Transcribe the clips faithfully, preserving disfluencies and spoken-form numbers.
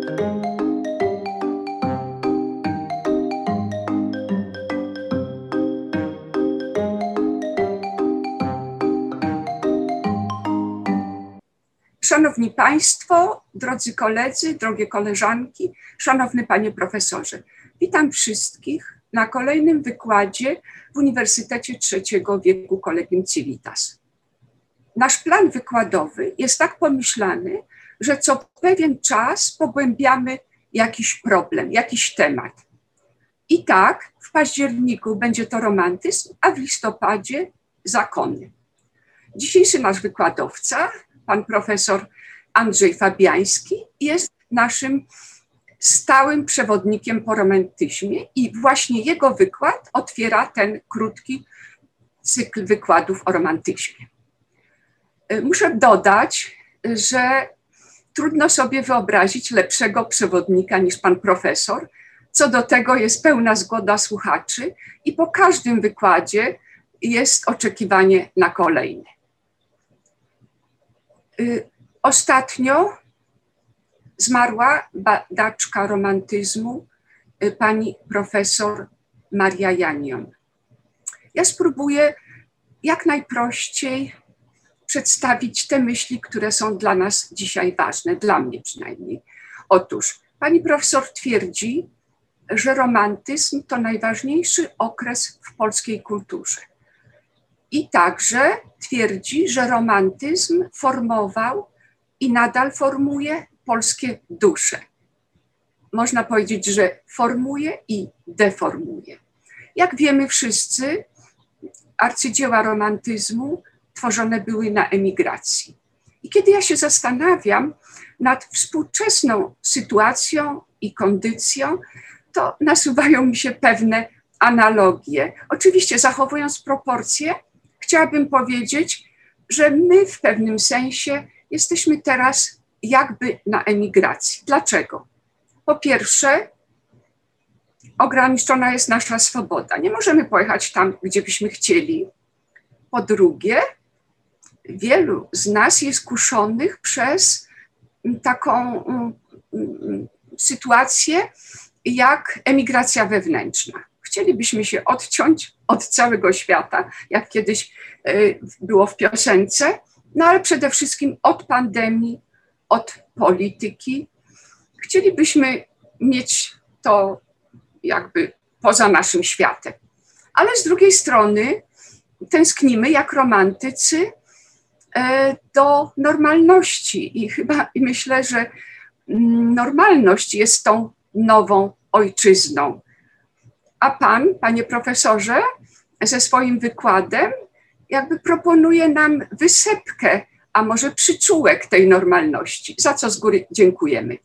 Szanowni Państwo, drodzy koledzy, drogie koleżanki, szanowny Panie Profesorze, witam wszystkich na kolejnym wykładzie w Uniwersytecie Trzeciego Wieku Collegium Civitas. Nasz plan wykładowy jest tak pomyślany, że co pewien czas pogłębiamy jakiś problem, jakiś temat. I tak w październiku będzie to romantyzm, a w listopadzie zakony. Dzisiejszy nasz wykładowca, pan profesor Andrzej Fabiański, jest naszym stałym przewodnikiem po romantyzmie i właśnie jego wykład otwiera ten krótki cykl wykładów o romantyzmie. Muszę dodać, że trudno sobie wyobrazić lepszego przewodnika niż pan profesor. Co do tego jest pełna zgoda słuchaczy i po każdym wykładzie jest oczekiwanie na kolejny. Ostatnio zmarła badaczka romantyzmu, pani profesor Maria Janion. Ja spróbuję jak najprościej przedstawić te myśli, które są dla nas dzisiaj ważne, dla mnie przynajmniej. Otóż pani profesor twierdzi, że romantyzm to najważniejszy okres w polskiej kulturze. I także twierdzi, że romantyzm formował i nadal formuje polskie dusze. Można powiedzieć, że formuje i deformuje. Jak wiemy wszyscy, arcydzieła romantyzmu tworzone były na emigracji. I kiedy ja się zastanawiam nad współczesną sytuacją i kondycją, to nasuwają mi się pewne analogie. Oczywiście zachowując proporcje, chciałabym powiedzieć, że my w pewnym sensie jesteśmy teraz jakby na emigracji. Dlaczego? Po pierwsze, ograniczona jest nasza swoboda. Nie możemy pojechać tam, gdzie byśmy chcieli. Po drugie, wielu z nas jest kuszonych przez taką um, sytuację jak emigracja wewnętrzna. Chcielibyśmy się odciąć od całego świata, jak kiedyś y, było w piosence, no ale przede wszystkim od pandemii, od polityki. Chcielibyśmy mieć to jakby poza naszym światem. Ale z drugiej strony tęsknimy jak romantycy y, do normalności i chyba i myślę, że y, normalność jest tą nową ojczyzną. A pan, panie profesorze, ze swoim wykładem jakby proponuje nam wysepkę, a może przyczółek tej normalności, za co z góry dziękujemy.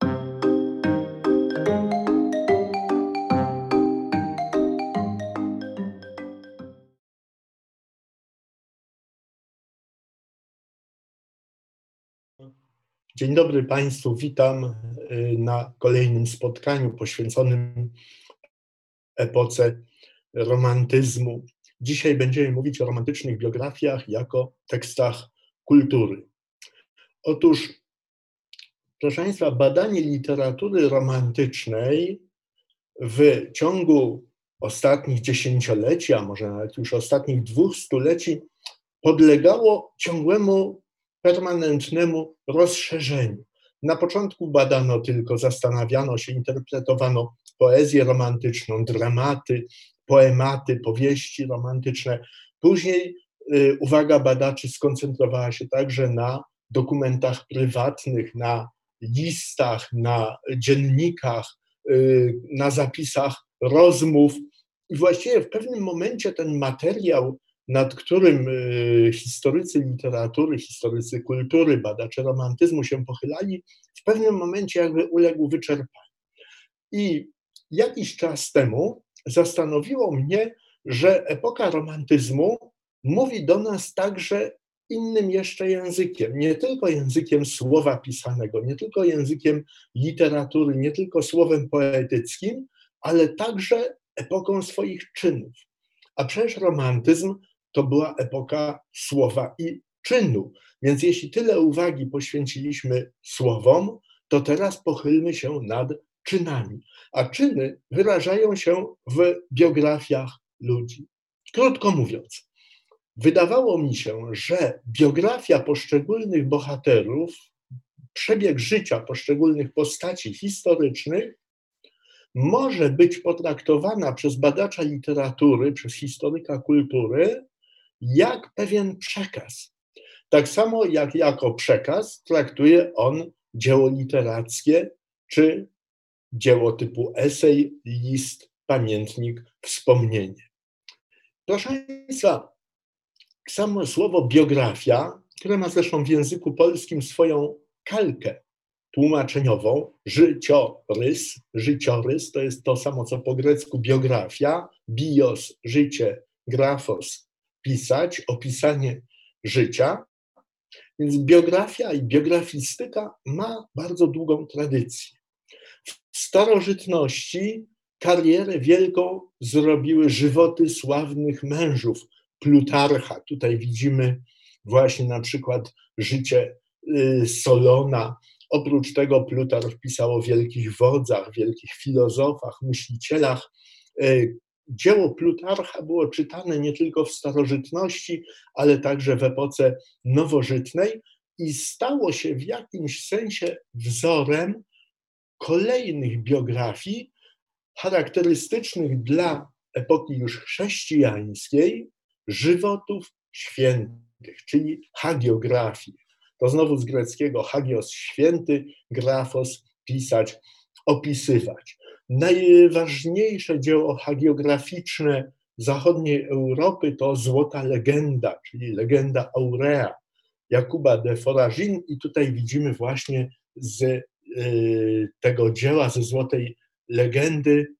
Dzień dobry Państwu, witam na kolejnym spotkaniu poświęconym epoce romantyzmu. Dzisiaj będziemy mówić o romantycznych biografiach jako tekstach kultury. Otóż, proszę Państwa, badanie literatury romantycznej w ciągu ostatnich dziesięcioleci, a może nawet już ostatnich dwóch stuleci podlegało ciągłemu, permanentnemu rozszerzeniu. Na początku badano tylko, zastanawiano się, interpretowano poezję romantyczną, dramaty, poematy, powieści romantyczne. Później y, uwaga badaczy skoncentrowała się także na dokumentach prywatnych, na listach, na dziennikach, y, na zapisach rozmów. I właściwie w pewnym momencie ten materiał, nad którym y, historycy literatury, historycy kultury, badacze romantyzmu się pochylali, w pewnym momencie jakby uległ wyczerpaniu. I jakiś czas temu zastanowiło mnie, że epoka romantyzmu mówi do nas także innym jeszcze językiem, nie tylko językiem słowa pisanego, nie tylko językiem literatury, nie tylko słowem poetyckim, ale także epoką swoich czynów. A przecież romantyzm to była epoka słowa i czynu. Więc jeśli tyle uwagi poświęciliśmy słowom, to teraz pochylmy się nad czynami. A czyny wyrażają się w biografiach ludzi. Krótko mówiąc, wydawało mi się, że biografia poszczególnych bohaterów, przebieg życia poszczególnych postaci historycznych może być potraktowana przez badacza literatury, przez historyka kultury jak pewien przekaz. Tak samo jak jako przekaz traktuje on dzieło literackie czy dzieło typu esej, list, pamiętnik, wspomnienie. Proszę Państwa, samo słowo biografia, które ma zresztą w języku polskim swoją kalkę tłumaczeniową, życiorys, życiorys to jest to samo co po grecku biografia, bios, życie, grafos, pisać, opisanie życia. Więc biografia i biografistyka ma bardzo długą tradycję. W starożytności karierę wielką zrobiły żywoty sławnych mężów. Plutarcha, tutaj widzimy właśnie na przykład życie Solona. Oprócz tego Plutarch pisał o wielkich wodzach, wielkich filozofach, myślicielach. Dzieło Plutarcha było czytane nie tylko w starożytności, ale także w epoce nowożytnej i stało się w jakimś sensie wzorem kolejnych biografii charakterystycznych dla epoki już chrześcijańskiej, żywotów świętych, czyli hagiografii. To znowu z greckiego hagios, święty, grafos, pisać, opisywać. Najważniejsze dzieło hagiograficzne zachodniej Europy to Złota Legenda, czyli legenda Aurea Jakuba de Foragine i tutaj widzimy właśnie z y, tego dzieła, ze Złotej Legendy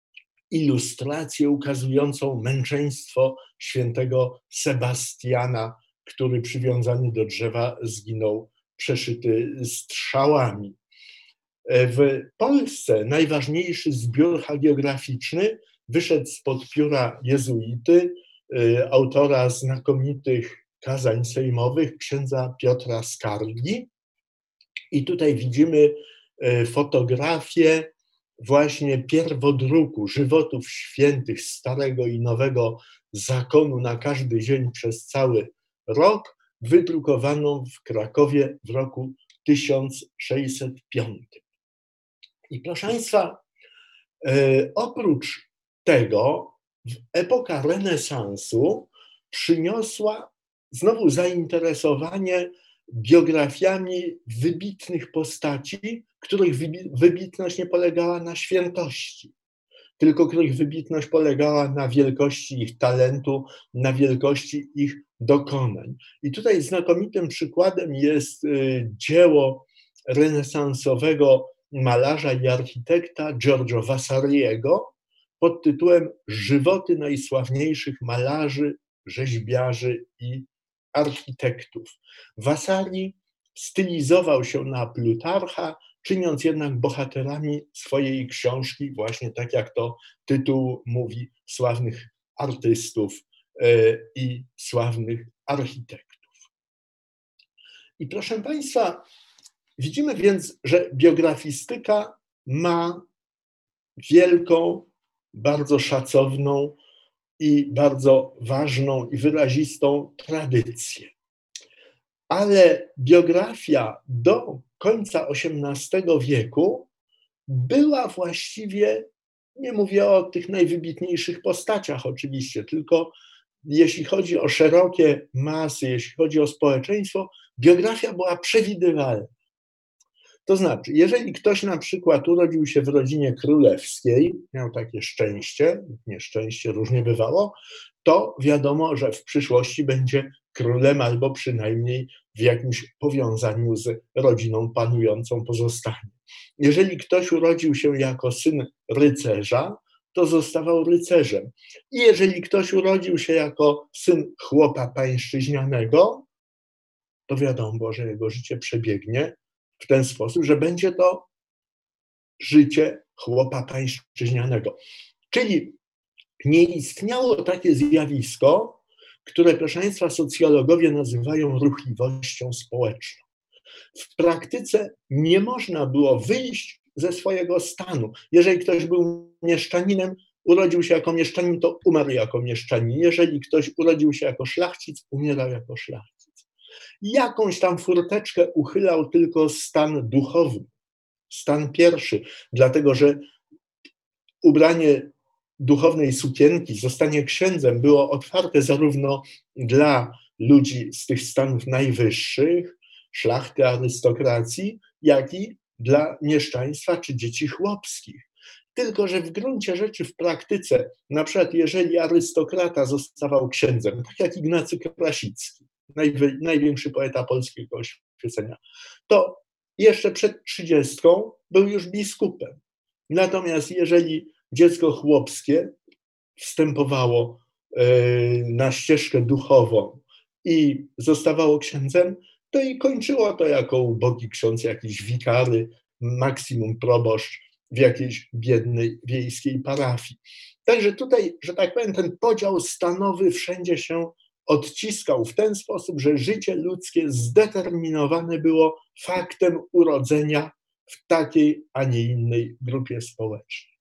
ilustrację ukazującą męczeństwo świętego Sebastiana, który przywiązany do drzewa zginął przeszyty strzałami. W Polsce najważniejszy zbiór hagiograficzny wyszedł spod pióra jezuity, autora znakomitych kazań sejmowych, księdza Piotra Skargi. I tutaj widzimy fotografię właśnie pierwodruku żywotów świętych Starego i Nowego Zakonu na każdy dzień przez cały rok, wydrukowaną w Krakowie w roku tysiąc sześćset piątym. I proszę Państwa, oprócz tego epoka renesansu przyniosła znowu zainteresowanie biografiami wybitnych postaci, których wybitność nie polegała na świętości, tylko których wybitność polegała na wielkości ich talentu, na wielkości ich dokonań. I tutaj znakomitym przykładem jest dzieło renesansowego malarza i architekta Giorgio Vasariego pod tytułem Żywoty najsławniejszych malarzy, rzeźbiarzy i architektów. Vasari stylizował się na Plutarcha, czyniąc jednak bohaterami swojej książki, właśnie tak jak to tytuł mówi, sławnych artystów i sławnych architektów. I proszę Państwa, widzimy więc, że biografistyka ma wielką, bardzo szacowną i bardzo ważną i wyrazistą tradycję. Ale biografia do końca osiemnastego wieku była właściwie, nie mówię o tych najwybitniejszych postaciach oczywiście, tylko jeśli chodzi o szerokie masy, jeśli chodzi o społeczeństwo, biografia była przewidywalna. To znaczy, jeżeli ktoś na przykład urodził się w rodzinie królewskiej, miał takie szczęście, nieszczęście, różnie bywało, to wiadomo, że w przyszłości będzie królem albo przynajmniej w jakimś powiązaniu z rodziną panującą pozostanie. Jeżeli ktoś urodził się jako syn rycerza, to zostawał rycerzem. I jeżeli ktoś urodził się jako syn chłopa pańszczyźnianego, to wiadomo, że jego życie przebiegnie w ten sposób, że będzie to życie chłopa pańszczyźnianego. Czyli nie istniało takie zjawisko, które, proszę Państwa, socjologowie nazywają ruchliwością społeczną. W praktyce nie można było wyjść ze swojego stanu. Jeżeli ktoś był mieszczaninem, urodził się jako mieszczanin, to umarł jako mieszczanin. Jeżeli ktoś urodził się jako szlachcic, umierał jako szlachcic. Jakąś tam furteczkę uchylał tylko stan duchowny, stan pierwszy, dlatego że ubranie duchownej sukienki, zostanie księdzem było otwarte zarówno dla ludzi z tych stanów najwyższych, szlachty, arystokracji, jak i dla mieszczaństwa czy dzieci chłopskich. Tylko że w gruncie rzeczy w praktyce, na przykład jeżeli arystokrata zostawał księdzem, tak jak Ignacy Krasicki, najwy, największy poeta polskiego oświecenia, to jeszcze przed trzydziestką był już biskupem. Natomiast jeżeli dziecko chłopskie wstępowało na ścieżkę duchową i zostawało księdzem, to i kończyło to jako ubogi ksiądz, jakiś wikary, maksimum proboszcz w jakiejś biednej wiejskiej parafii. Także tutaj, że tak powiem, ten podział stanowy wszędzie się odciskał w ten sposób, że życie ludzkie zdeterminowane było faktem urodzenia w takiej, a nie innej grupie społecznej.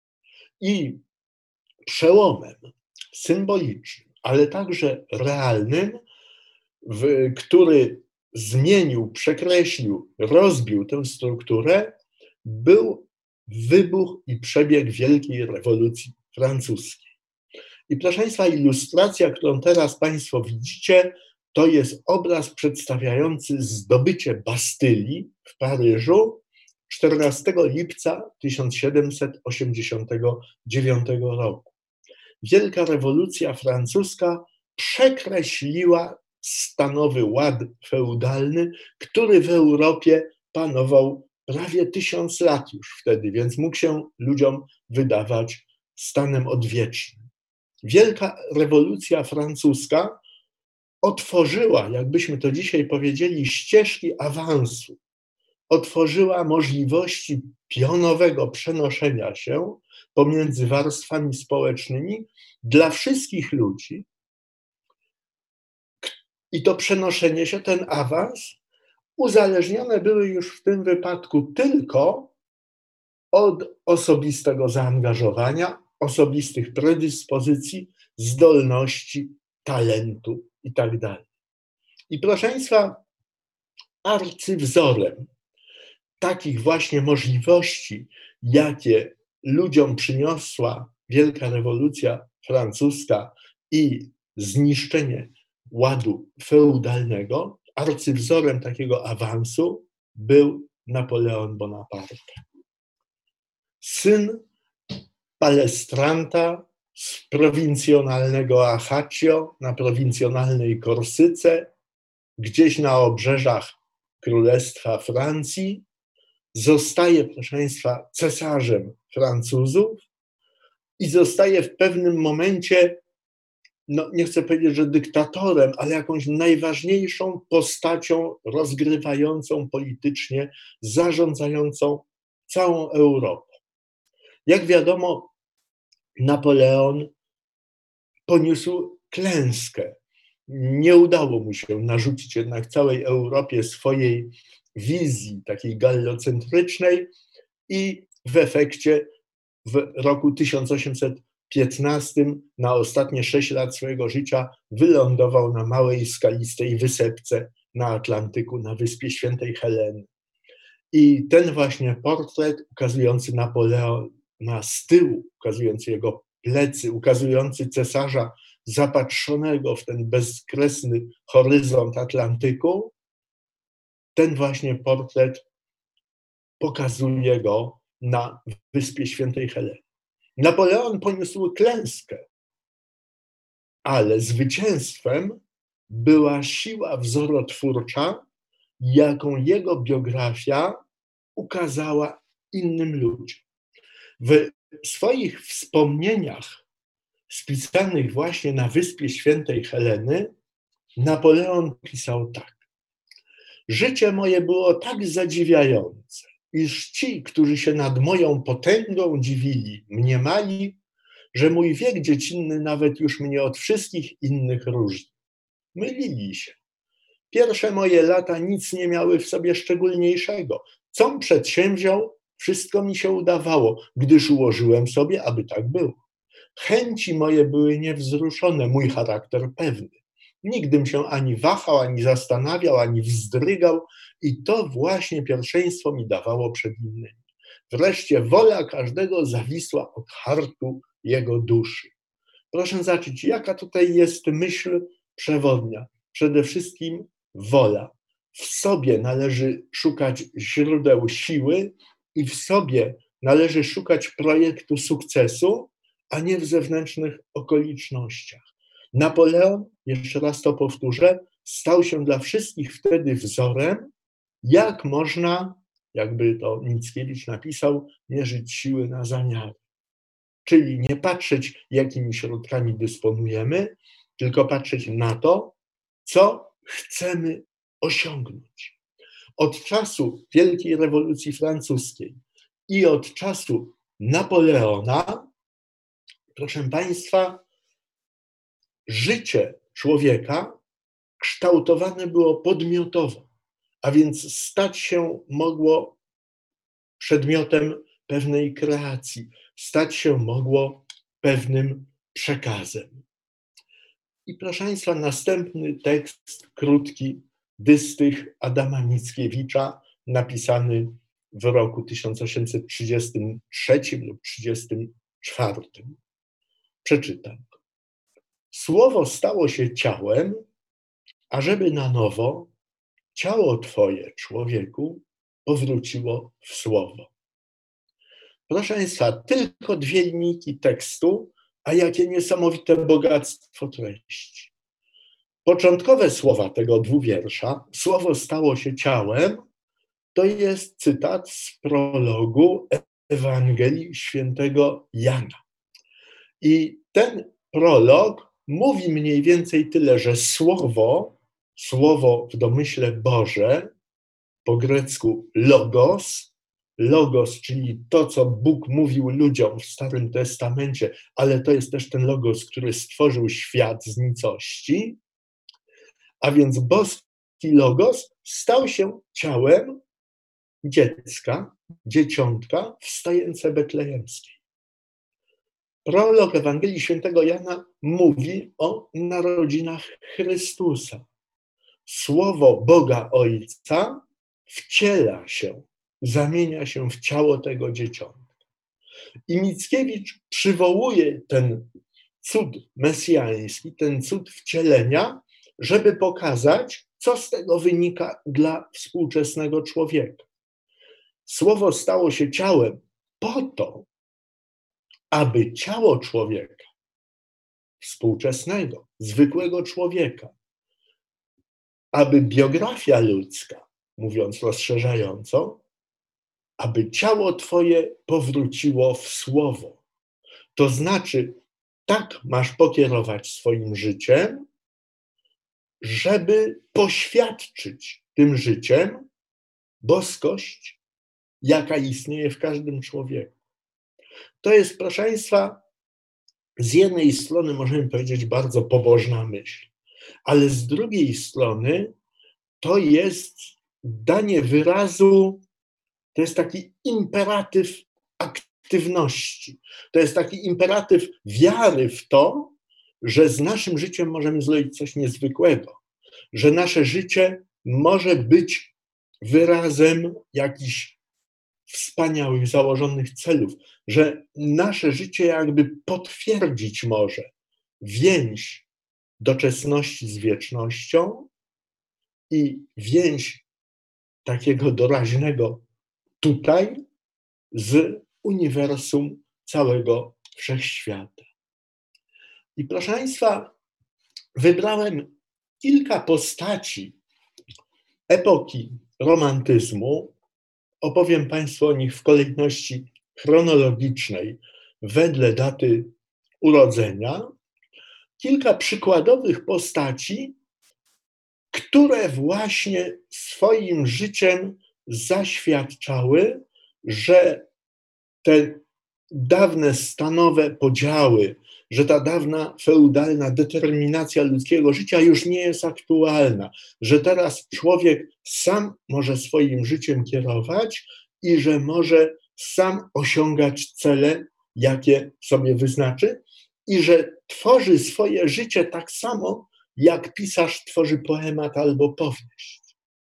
I przełomem symbolicznym, ale także realnym, w, który zmienił, przekreślił, rozbił tę strukturę, był wybuch i przebieg Wielkiej Rewolucji Francuskiej. I proszę Państwa, ilustracja, którą teraz Państwo widzicie, to jest obraz przedstawiający zdobycie Bastylii w Paryżu czternastego lipca tysiąc siedemset osiemdziesiątego dziewiątego roku. Wielka rewolucja francuska przekreśliła stanowy ład feudalny, który w Europie panował prawie tysiąc lat już wtedy, więc mógł się ludziom wydawać stanem odwiecznym. Wielka rewolucja francuska otworzyła, jakbyśmy to dzisiaj powiedzieli, ścieżki awansu, otworzyła możliwości pionowego przenoszenia się pomiędzy warstwami społecznymi dla wszystkich ludzi. I to przenoszenie się, ten awans, uzależnione były już w tym wypadku tylko od osobistego zaangażowania, osobistych predyspozycji, zdolności, talentu itd. I proszę Państwa, arcywzorem takich właśnie możliwości, jakie ludziom przyniosła Wielka Rewolucja Francuska i zniszczenie ładu feudalnego, arcywzorem takiego awansu był Napoleon Bonaparte. Syn palestranta z prowincjonalnego Ajaccio na prowincjonalnej Korsyce, gdzieś na obrzeżach Królestwa Francji, zostaje, proszę Państwa, cesarzem Francuzów i zostaje w pewnym momencie, no nie chcę powiedzieć, że dyktatorem, ale jakąś najważniejszą postacią rozgrywającą politycznie, zarządzającą całą Europą. Jak wiadomo, Napoleon poniósł klęskę. Nie udało mu się narzucić jednak całej Europie swojej wizji takiej gallocentrycznej i w efekcie w roku tysiąc osiemset piętnastym na ostatnie sześć lat swojego życia wylądował na małej skalistej wysepce na Atlantyku, na wyspie Świętej Heleny. I ten właśnie portret ukazujący Napoleona z tyłu, ukazujący jego plecy, ukazujący cesarza zapatrzonego w ten bezkresny horyzont Atlantyku, ten właśnie portret pokazuje go na wyspie Świętej Heleny. Napoleon poniósł klęskę, ale zwycięstwem była siła wzorotwórcza, jaką jego biografia ukazała innym ludziom. W swoich wspomnieniach spisanych właśnie na wyspie Świętej Heleny Napoleon pisał tak. Życie moje było tak zadziwiające, iż ci, którzy się nad moją potęgą dziwili, mniemali, że mój wiek dziecinny nawet już mnie od wszystkich innych różni. Mylili się. Pierwsze moje lata nic nie miały w sobie szczególniejszego. Com przedsięwziął, wszystko mi się udawało, gdyż ułożyłem sobie, aby tak było. Chęci moje były niewzruszone, mój charakter pewny. Nigdym się ani wahał, ani zastanawiał, ani wzdrygał i to właśnie pierwszeństwo mi dawało przed innymi. Wreszcie wola każdego zawisła od hartu jego duszy. Proszę zobaczyć, jaka tutaj jest myśl przewodnia. Przede wszystkim wola. W sobie należy szukać źródeł siły i w sobie należy szukać projektu sukcesu, a nie w zewnętrznych okolicznościach. Napoleon, jeszcze raz to powtórzę, stał się dla wszystkich wtedy wzorem, jak można, jakby to Mickiewicz napisał, mierzyć siły na zamiary. Czyli nie patrzeć, jakimi środkami dysponujemy, tylko patrzeć na to, co chcemy osiągnąć. Od czasu Wielkiej Rewolucji Francuskiej i od czasu Napoleona, proszę Państwa, życie człowieka kształtowane było podmiotowo, a więc stać się mogło przedmiotem pewnej kreacji, stać się mogło pewnym przekazem. I proszę Państwa, następny tekst, krótki, dystych Adama Mickiewicza, napisany w roku tysiąc osiemset trzydziestym trzecim lub trzydziestym czwartym. Przeczytam. Słowo stało się ciałem, ażeby na nowo ciało Twoje, człowieku, powróciło w słowo. Proszę Państwa, tylko dwie linijki tekstu, a jakie niesamowite bogactwo treści. Początkowe słowa tego dwuwiersza, słowo stało się ciałem, to jest cytat z prologu Ewangelii Świętego Jana. I ten prolog mówi mniej więcej tyle, że słowo, słowo w domyśle Boże, po grecku logos, logos, czyli to, co Bóg mówił ludziom w Starym Testamencie, ale to jest też ten logos, który stworzył świat z nicości, a więc boski logos stał się ciałem dziecka, dzieciątka w stajence betlejemskiej. Prolog Ewangelii Świętego Jana mówi o narodzinach Chrystusa. Słowo Boga Ojca wciela się, zamienia się w ciało tego dzieciątka. I Mickiewicz przywołuje ten cud mesjański, ten cud wcielenia, żeby pokazać, co z tego wynika dla współczesnego człowieka. Słowo stało się ciałem po to, aby ciało człowieka, współczesnego, zwykłego człowieka, aby biografia ludzka, mówiąc rozszerzająco, aby ciało Twoje powróciło w słowo. To znaczy, tak masz pokierować swoim życiem, żeby poświadczyć tym życiem boskość, jaka istnieje w każdym człowieku. To jest, proszę Państwa, z jednej strony możemy powiedzieć bardzo pobożna myśl, ale z drugiej strony to jest danie wyrazu, to jest taki imperatyw aktywności, to jest taki imperatyw wiary w to, że z naszym życiem możemy zrobić coś niezwykłego, że nasze życie może być wyrazem jakichś wspaniałych, założonych celów, że nasze życie jakby potwierdzić może więź doczesności z wiecznością i więź takiego doraźnego tutaj z uniwersum całego wszechświata. I proszę Państwa, wybrałem kilka postaci epoki romantyzmu. Opowiem Państwu o nich w kolejności chronologicznej, wedle daty urodzenia. Kilka przykładowych postaci, które właśnie swoim życiem zaświadczały, że te dawne stanowe podziały, że ta dawna feudalna determinacja ludzkiego życia już nie jest aktualna, że teraz człowiek sam może swoim życiem kierować i że może sam osiągać cele, jakie sobie wyznaczy, i że tworzy swoje życie tak samo, jak pisarz tworzy poemat albo powieść.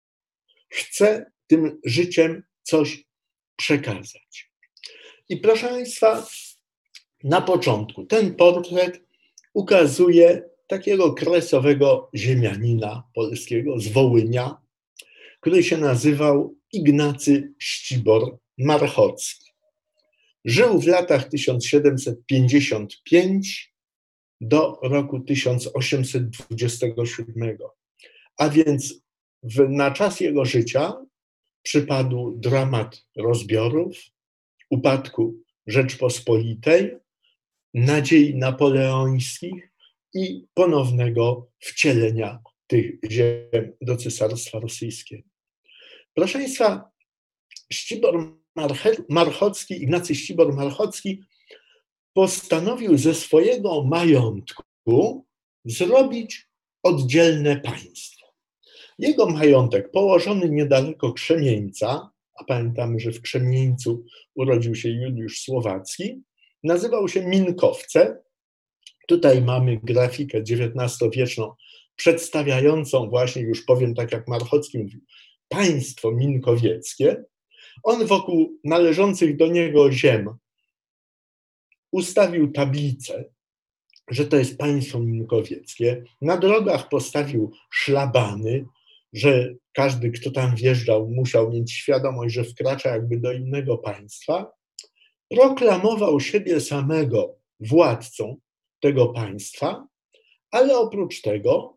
Chce tym życiem coś przekazać. I proszę Państwa, na początku ten portret ukazuje takiego kresowego ziemianina polskiego z Wołynia, który się nazywał Ignacy Ścibor Marchocki. Żył w latach tysiąc siedemset pięćdziesiątego piątego do roku tysiąc osiemset dwudziestego siódmego. A więc w, na czas jego życia przypadł dramat rozbiorów, upadku Rzeczpospolitej, nadziei napoleońskich i ponownego wcielenia tych ziem do Cesarstwa Rosyjskiego. Proszę Państwa, Ścibor Marchocki, Ignacy Ścibor Marchocki postanowił ze swojego majątku zrobić oddzielne państwo. Jego majątek położony niedaleko Krzemieńca, a pamiętamy, że w Krzemieńcu urodził się Juliusz Słowacki, nazywał się Minkowce. Tutaj mamy grafikę dziewiętnastowieczną przedstawiającą właśnie, już powiem tak jak Marchocki mówił, państwo minkowieckie. On wokół należących do niego ziem ustawił tablicę, że to jest państwo minkowieckie. Na drogach postawił szlabany, że każdy, kto tam wjeżdżał, musiał mieć świadomość, że wkracza jakby do innego państwa. Proklamował siebie samego władcą tego państwa, ale oprócz tego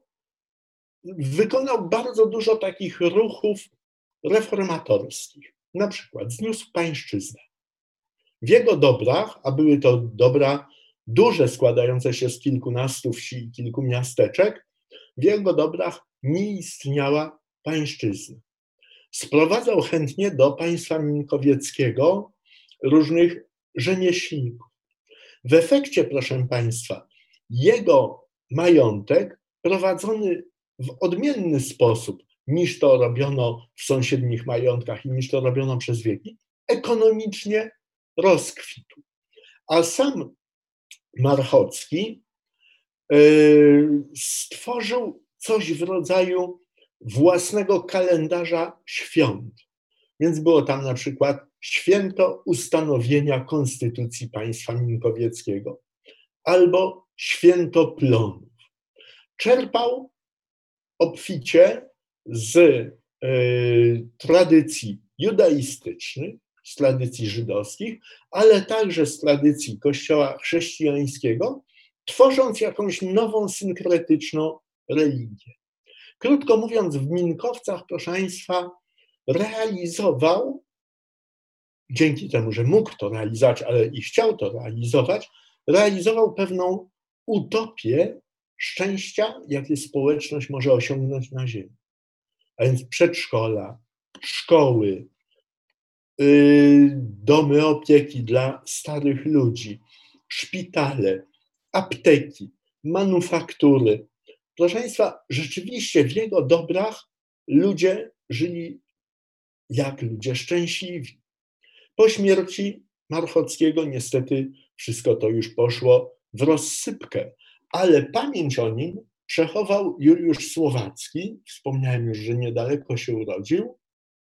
wykonał bardzo dużo takich ruchów reformatorskich. Na przykład zniósł pańszczyznę. W jego dobrach, a były to dobra duże, składające się z kilkunastu wsi i kilku miasteczek, w jego dobrach nie istniała pańszczyzna. Sprowadzał chętnie do państwa minkowieckiego różnych rzemieślników. W efekcie, proszę Państwa, jego majątek prowadzony w odmienny sposób niż to robiono w sąsiednich majątkach i niż to robiono przez wieki, ekonomicznie rozkwitł. A sam Marchocki stworzył coś w rodzaju własnego kalendarza świąt. Więc było tam na przykład święto ustanowienia Konstytucji Państwa Minkowieckiego albo święto plonów. Czerpał obficie z y, tradycji judaistycznych, z tradycji żydowskich, ale także z tradycji Kościoła chrześcijańskiego, tworząc jakąś nową, synkretyczną religię. Krótko mówiąc, w Minkowcach, proszę Państwa, realizował, dzięki temu, że mógł to realizować, ale i chciał to realizować, realizował pewną utopię szczęścia, jakie społeczność może osiągnąć na ziemi. A więc przedszkola, szkoły, yy, domy opieki dla starych ludzi, szpitale, apteki, manufaktury. Proszę Państwa, rzeczywiście w jego dobrach ludzie żyli jak ludzie szczęśliwi. Po śmierci Marchockiego niestety wszystko to już poszło w rozsypkę, ale pamięć o nim przechował Juliusz Słowacki, wspomniałem już, że niedaleko się urodził,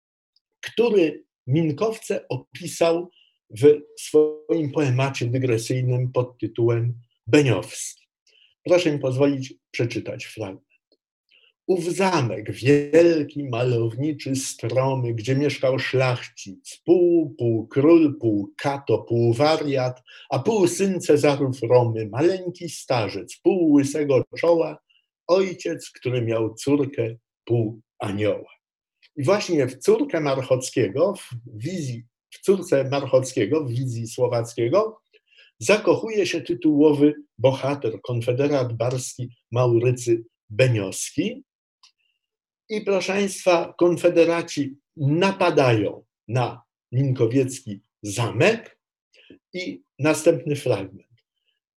który Minkowce opisał w swoim poemacie dygresyjnym pod tytułem Beniowski. Proszę mi pozwolić przeczytać fragment. Ów zamek wielki, malowniczy, stromy, gdzie mieszkał szlachcic, pół, pół król, pół kato, pół wariat, a pół syn Cezarów Romy, maleńki starzec, pół łysego czoła, ojciec, który miał córkę, pół anioła. I właśnie w córkę Marchockiego, w wizji, w córce Marchockiego, w wizji Słowackiego, zakochuje się tytułowy bohater, konfederat barski Maurycy Beniowski. I proszę Państwa, konfederaci napadają na minkowiecki zamek i następny fragment.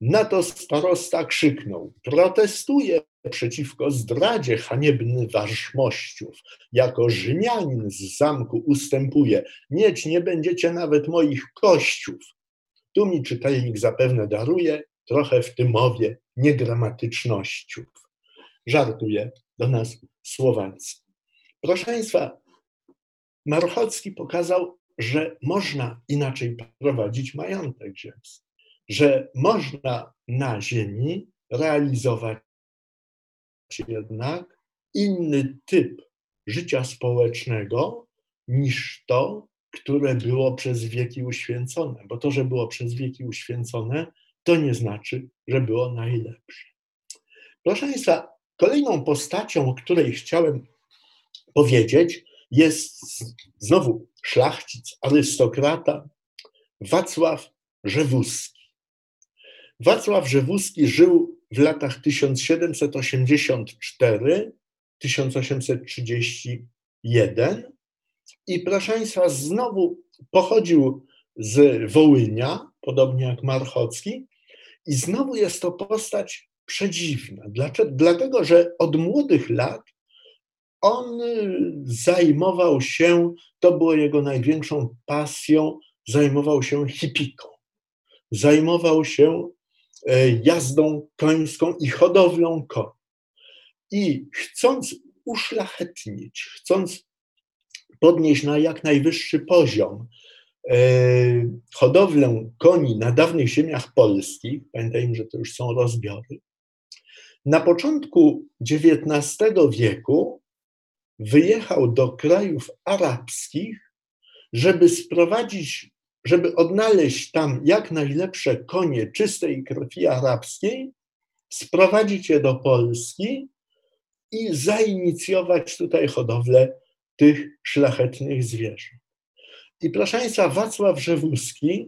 Na to starosta krzyknął: protestuję przeciwko zdradzie, haniebny wasz mościów. Jako Rzymianin z zamku ustępuję. Mieć nie będziecie nawet moich kościów. Tu mi czytelnik zapewne daruje trochę w tym mowie niegramatycznościów. Żartuje do nas Słowacki. Proszę Państwa, Marchocki pokazał, że można inaczej prowadzić majątek ziemski, że można na ziemi realizować jednak inny typ życia społecznego niż to, które było przez wieki uświęcone. Bo to, że było przez wieki uświęcone, to nie znaczy, że było najlepsze. Proszę Państwa, kolejną postacią, o której chciałem powiedzieć, jest znowu szlachcic, arystokrata Wacław Rzewuski. Wacław Rzewuski żył w latach tysiąc siedemset osiemdziesiąt cztery do tysiąc osiemset trzydzieści jeden i proszę Państwa, znowu pochodził z Wołynia, podobnie jak Marchocki, i znowu jest to postać przedziwna. Dlaczego? Dlatego, że od młodych lat on zajmował się, to było jego największą pasją, zajmował się hipiką. Zajmował się jazdą końską i hodowlą koni. I chcąc uszlachetnić, chcąc podnieść na jak najwyższy poziom hodowlę koni na dawnych ziemiach polskich, pamiętajmy, że to już są rozbiory, na początku dziewiętnastego wieku wyjechał do krajów arabskich, żeby sprowadzić, żeby odnaleźć tam jak najlepsze konie czystej krwi arabskiej, sprowadzić je do Polski i zainicjować tutaj hodowlę tych szlachetnych zwierząt. I proszę Państwa, Wacław Rzewuski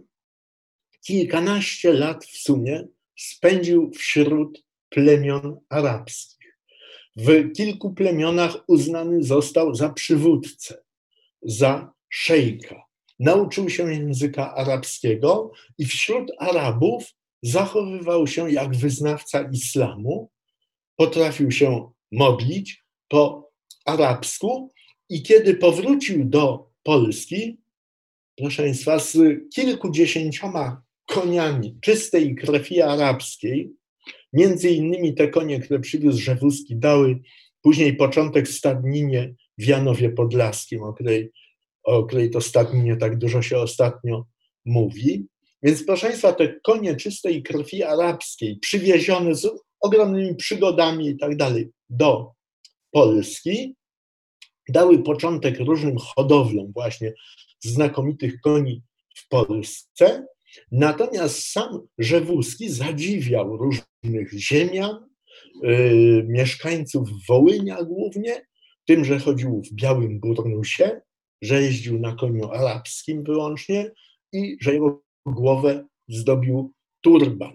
kilkanaście lat w sumie spędził wśród plemion arabskich. W kilku plemionach uznany został za przywódcę, za szejka. Nauczył się języka arabskiego i wśród Arabów zachowywał się jak wyznawca islamu, potrafił się modlić po arabsku i kiedy powrócił do Polski, proszę Państwa, z kilkudziesięcioma koniami czystej krwi arabskiej, między innymi te konie, które przywiózł Rzewuski, dały później początek stadninie w Janowie Podlaskim, o której, o której to stadninie tak dużo się ostatnio mówi. Więc proszę Państwa, te konie czystej krwi arabskiej, przywiezione z ogromnymi przygodami i tak dalej do Polski, dały początek różnym hodowlom właśnie znakomitych koni w Polsce. Natomiast sam Rzewuski zadziwiał różnych ziemian, yy, mieszkańców Wołynia głównie, tym, że chodził w białym burnusie, że jeździł na koniu arabskim wyłącznie i że jego głowę zdobił turban.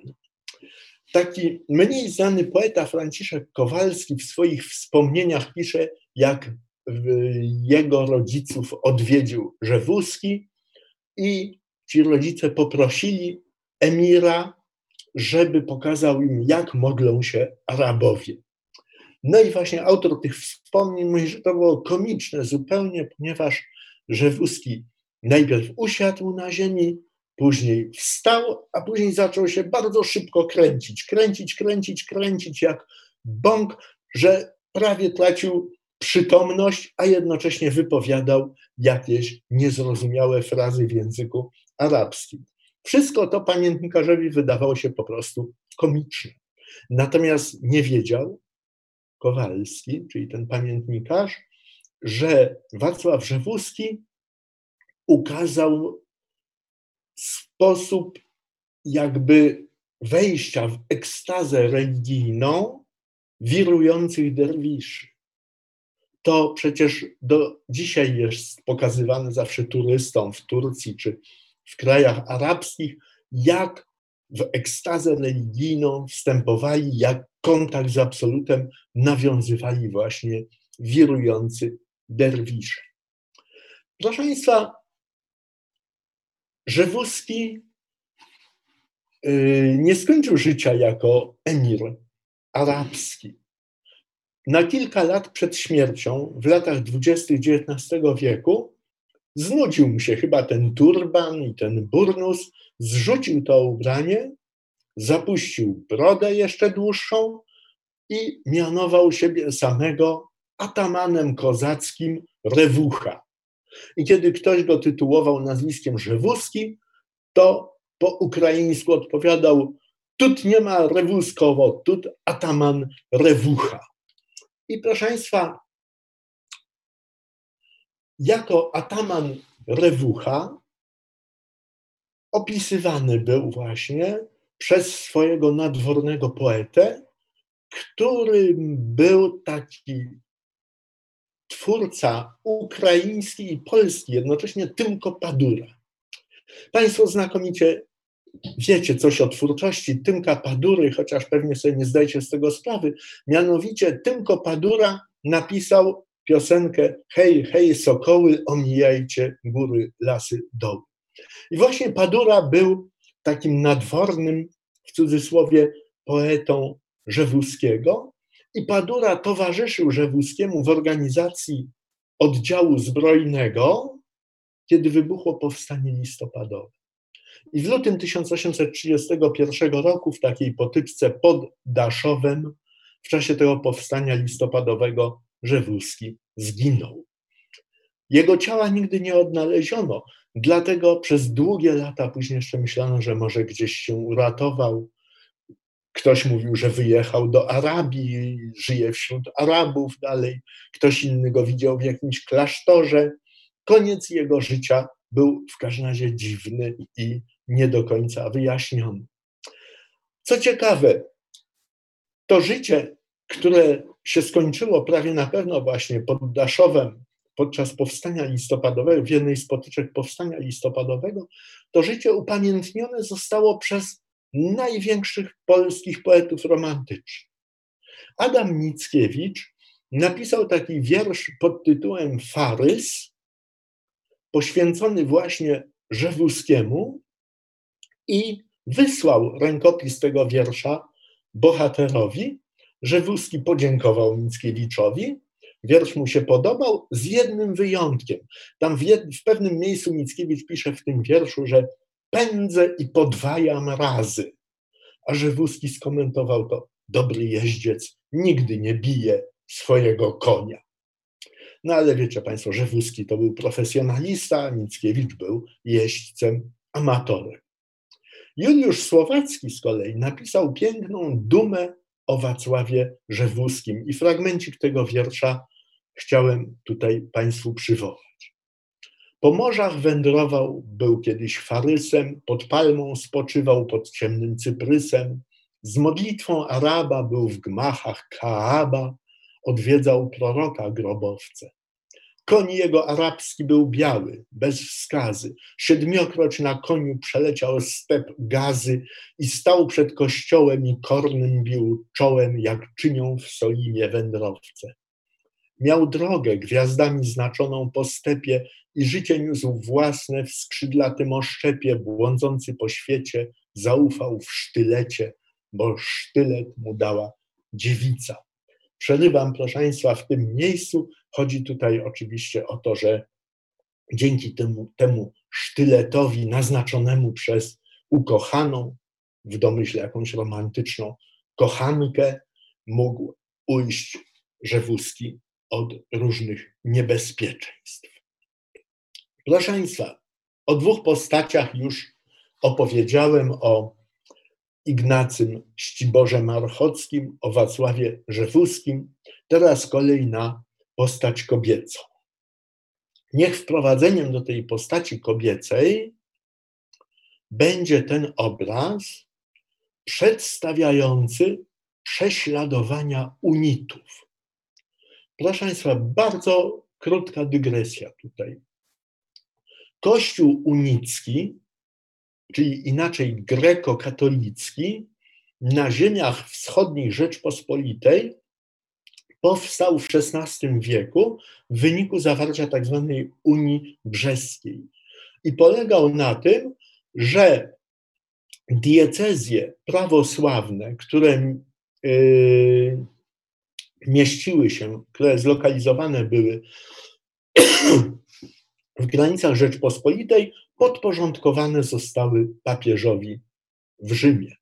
Taki mniej znany poeta Franciszek Kowalski w swoich wspomnieniach pisze, jak jego rodziców odwiedził Rzewuski i ci rodzice poprosili emira, żeby pokazał im, jak modlą się Arabowie. No i właśnie autor tych wspomnień mówi, że to było komiczne zupełnie, ponieważ Rzewuski najpierw usiadł na ziemi, później wstał, a później zaczął się bardzo szybko kręcić, kręcić, kręcić, kręcić jak bąk, że prawie tracił przytomność, a jednocześnie wypowiadał jakieś niezrozumiałe frazy w języku arabskim. Wszystko to pamiętnikarzowi wydawało się po prostu komiczne. Natomiast nie wiedział Kowalski, czyli ten pamiętnikarz, że Wacław Rzewuski ukazał sposób jakby wejścia w ekstazę religijną wirujących derwiszy. To przecież do dzisiaj jest pokazywane zawsze turystom w Turcji czy w krajach arabskich, jak w ekstazę religijną wstępowali, jak kontakt z absolutem nawiązywali właśnie wirujący derwisze. Proszę Państwa, Rzewuski nie skończył życia jako emir arabski. Na kilka lat przed śmiercią, w latach dwudziestych dziewiętnastego wieku, znudził mu się chyba ten turban i ten burnus, zrzucił to ubranie, zapuścił brodę jeszcze dłuższą i mianował siebie samego atamanem kozackim Rewucha. I kiedy ktoś go tytułował nazwiskiem Rzewuski, to po ukraińsku odpowiadał: tut nie ma Rewuskowo, tut ataman Rewucha. I proszę Państwa, jako ataman Rewucha opisywany był właśnie przez swojego nadwornego poetę, którym był taki twórca ukraiński i polski, jednocześnie Tymko Padura. Państwo znakomicie wiecie coś o twórczości Tymka Padury, chociaż pewnie sobie nie zdajecie z tego sprawy. Mianowicie Tymko Padura napisał piosenkę Hej, hej, sokoły, omijajcie góry, lasy, doły. I właśnie Padura był takim nadwornym, w cudzysłowie, poetą Rzewuskiego i Padura towarzyszył Rzewuskiemu w organizacji oddziału zbrojnego, kiedy wybuchło powstanie listopadowe. I w lutym tysiąc osiemset trzydziestego pierwszego roku w takiej potyczce pod Daszowem w czasie tego powstania listopadowego Rzewuski zginął. Jego ciała nigdy nie odnaleziono, dlatego przez długie lata później jeszcze myślano, że może gdzieś się uratował. Ktoś mówił, że wyjechał do Arabii, żyje wśród Arabów dalej. Ktoś inny go widział w jakimś klasztorze. Koniec jego życia był w każdym razie dziwny i nie do końca wyjaśniony. Co ciekawe, to życie, które się skończyło prawie na pewno właśnie pod Daszowem podczas powstania listopadowego, w jednej z potyczek powstania listopadowego, to życie upamiętnione zostało przez największych polskich poetów romantycznych. Adam Mickiewicz napisał taki wiersz pod tytułem Farys, poświęcony właśnie Rzewuskiemu i wysłał rękopis tego wiersza bohaterowi. Rzewuski podziękował Mickiewiczowi, wiersz mu się podobał z jednym wyjątkiem. Tam w, jed, w pewnym miejscu Mickiewicz pisze w tym wierszu, że pędzę i podwajam razy, a Rzewuski skomentował to: dobry jeździec nigdy nie bije swojego konia. No ale wiecie Państwo, Rzewuski to był profesjonalista, Mickiewicz był jeźdźcem, amatorem. Juliusz Słowacki z kolei napisał piękną dumę o Wacławie Rzewuskim i fragmencik tego wiersza chciałem tutaj Państwu przywołać. Po morzach wędrował, był kiedyś farysem, pod palmą spoczywał pod ciemnym cyprysem, z modlitwą Araba był w gmachach Kaaba, odwiedzał proroka grobowce. Koń jego arabski był biały, bez wskazy, siedmiokroć na koniu przeleciał step Gazy i stał przed kościołem i kornym bił czołem, jak czynią w Solimie wędrowce. Miał drogę gwiazdami znaczoną po stepie i życie niósł własne w skrzydlatym oszczepie, błądzący po świecie, zaufał w sztylecie, bo sztylet mu dała dziewica. Przerywam, proszę Państwa, w tym miejscu. Chodzi tutaj oczywiście o to, że dzięki temu, temu sztyletowi naznaczonemu przez ukochaną, w domyśle jakąś romantyczną kochankę, mógł ujść Rzewuski od różnych niebezpieczeństw. Proszę Państwa, o dwóch postaciach już opowiedziałem, o Ignacym Ściborze Marchockim, o Wacławie Rzewuskim. Teraz kolej na postać kobiecą. Niech wprowadzeniem do tej postaci kobiecej będzie ten obraz przedstawiający prześladowania unitów. Proszę Państwa, bardzo krótka dygresja tutaj. Kościół unicki, czyli inaczej grekokatolicki, na ziemiach wschodnich Rzeczpospolitej powstał w szesnastym wieku w wyniku zawarcia tak zwanej Unii Brzeskiej. I polegał na tym, że diecezje prawosławne, które yy, mieściły się, które zlokalizowane były w granicach Rzeczpospolitej, podporządkowane zostały papieżowi w Rzymie.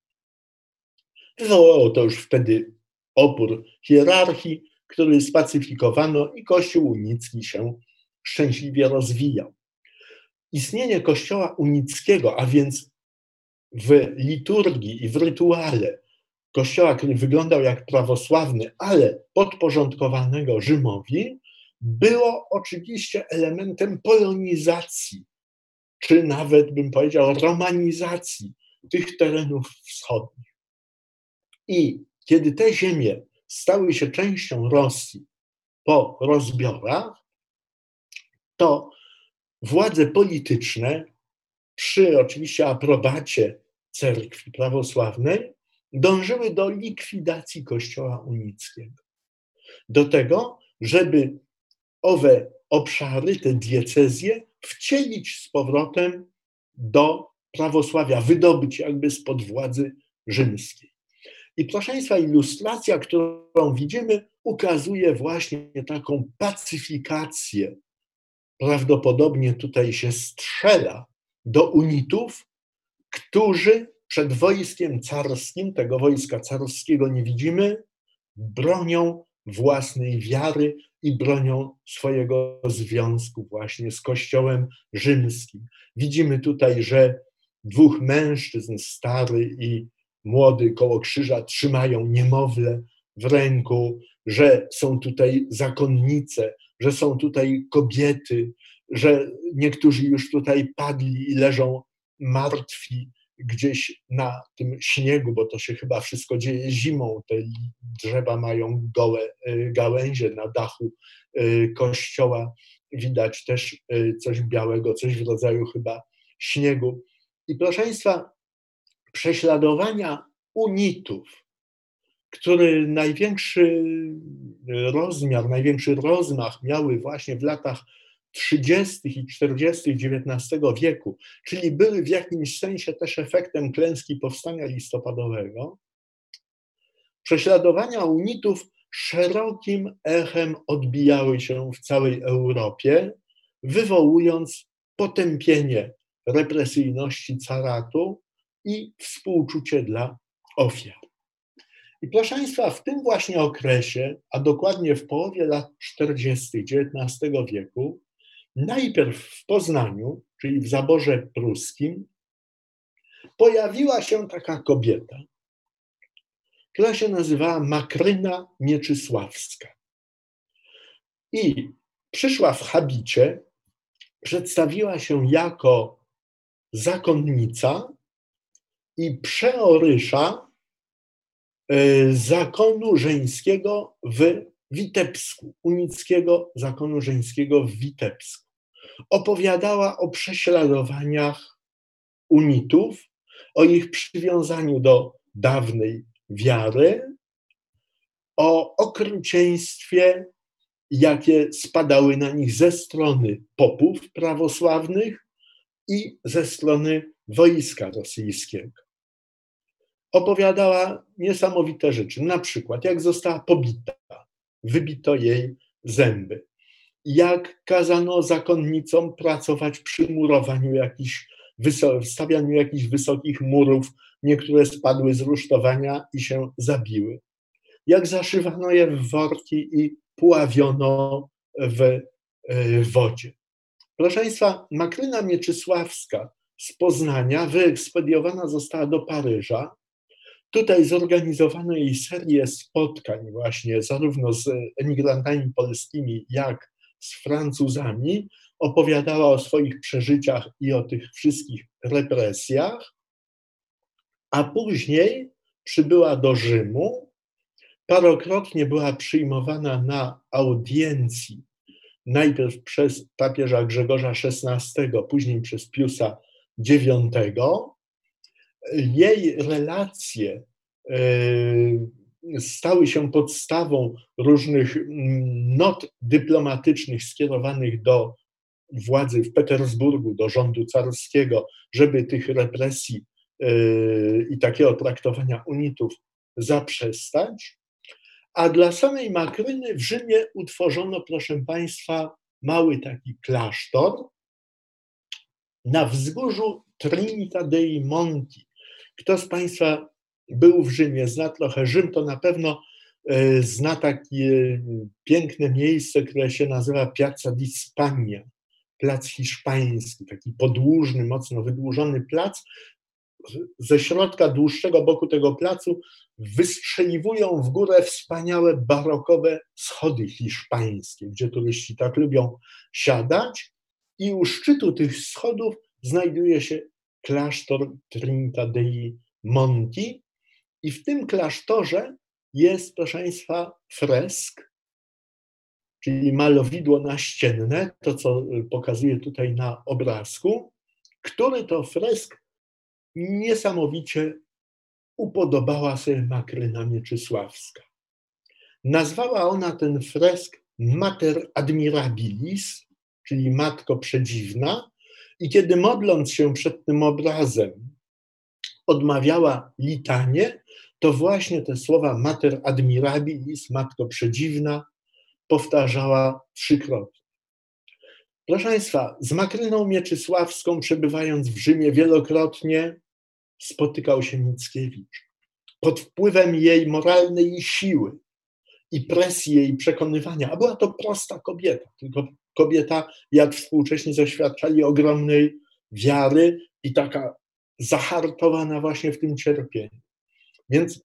Wywołało to już wtedy opór hierarchii, który spacyfikowano i Kościół unicki się szczęśliwie rozwijał. Istnienie Kościoła unickiego, a więc w liturgii i w rytuale Kościoła, który wyglądał jak prawosławny, ale podporządkowanego Rzymowi, było oczywiście elementem polonizacji, czy nawet bym powiedział romanizacji tych terenów wschodnich. I kiedy te ziemie stały się częścią Rosji po rozbiorach, to władze polityczne przy oczywiście aprobacie cerkwi prawosławnej dążyły do likwidacji Kościoła unickiego. Do tego, żeby owe obszary, te diecezje wcielić z powrotem do prawosławia, wydobyć jakby spod władzy rzymskiej. I proszę Państwa, ilustracja, którą widzimy, ukazuje właśnie taką pacyfikację. Prawdopodobnie tutaj się strzela do unitów, którzy przed wojskiem carskim, tego wojska carskiego nie widzimy, bronią własnej wiary i bronią swojego związku właśnie z Kościołem rzymskim. Widzimy tutaj, że dwóch mężczyzn, stary i młody, koło krzyża trzymają niemowlę w ręku, że są tutaj zakonnice, że są tutaj kobiety, że niektórzy już tutaj padli i leżą martwi gdzieś na tym śniegu, bo to się chyba wszystko dzieje zimą. Te drzewa mają gołe gałęzie na dachu kościoła. Widać też coś białego, coś w rodzaju chyba śniegu. I proszę Państwa, prześladowania unitów, który największy rozmiar, największy rozmach miały właśnie w latach trzydziestych i czterdziestych dziewiętnastego wieku, czyli były w jakimś sensie też efektem klęski powstania listopadowego, prześladowania unitów szerokim echem odbijały się w całej Europie, wywołując potępienie represyjności caratu i współczucie dla ofiar. I proszę Państwa, w tym właśnie okresie, a dokładnie w połowie lat czterdziestych dziewiętnastego wieku, najpierw w Poznaniu, czyli w zaborze pruskim, pojawiła się taka kobieta, która się nazywała Makryna Mieczysławska. I przyszła w habicie, przedstawiła się jako zakonnica i przeorysza zakonu żeńskiego w Witebsku, unickiego zakonu żeńskiego w Witebsku. Opowiadała o prześladowaniach unitów, o ich przywiązaniu do dawnej wiary, o okrucieństwie, jakie spadały na nich ze strony popów prawosławnych i ze strony wojska rosyjskiego. Opowiadała niesamowite rzeczy, na przykład jak została pobita, wybito jej zęby, jak kazano zakonnicom pracować przy murowaniu jakichś, stawianiu jakichś wysokich murów, niektóre spadły z rusztowania i się zabiły, jak zaszywano je w worki i pławiono w wodzie. Proszę Państwa, Makryna Mieczysławska z Poznania wyekspediowana została do Paryża. Tutaj zorganizowano jej serię spotkań właśnie zarówno z emigrantami polskimi, jak z Francuzami. Opowiadała o swoich przeżyciach i o tych wszystkich represjach, a później przybyła do Rzymu. Parokrotnie była przyjmowana na audiencji, najpierw przez papieża Grzegorza szesnastego, później przez Piusa dziewiątego. Jej relacje stały się podstawą różnych not dyplomatycznych skierowanych do władzy w Petersburgu, do rządu carskiego, żeby tych represji i takiego traktowania unitów zaprzestać. A dla samej Makryny w Rzymie utworzono, proszę Państwa, mały taki klasztor na wzgórzu Trinita dei Monti. Kto z Państwa był w Rzymie, zna trochę Rzym, to na pewno zna takie piękne miejsce, które się nazywa Piazza di Spagna, plac hiszpański, taki podłużny, mocno wydłużony plac. Ze środka dłuższego boku tego placu wystrzeliwują w górę wspaniałe barokowe schody hiszpańskie, gdzie turyści tak lubią siadać, i u szczytu tych schodów znajduje się klasztor Trinita dei Monti i w tym klasztorze jest, proszę Państwa, fresk, czyli malowidło naścienne, to co pokazuję tutaj na obrazku, który to fresk niesamowicie upodobała sobie Makryna Mieczysławska. Nazwała ona ten fresk Mater Admirabilis, czyli Matko Przedziwna, i kiedy modląc się przed tym obrazem odmawiała litanię, to właśnie te słowa Mater Admirabilis, Matko Przedziwna, powtarzała trzykrotnie. Proszę Państwa, z Makryną Mieczysławską, przebywając w Rzymie wielokrotnie, spotykał się Mickiewicz. Pod wpływem jej moralnej siły i presji jej przekonywania, a była to prosta kobieta, tylko kobieta, jak współcześni zaświadczali, ogromnej wiary i taka zahartowana właśnie w tym cierpieniu. Więc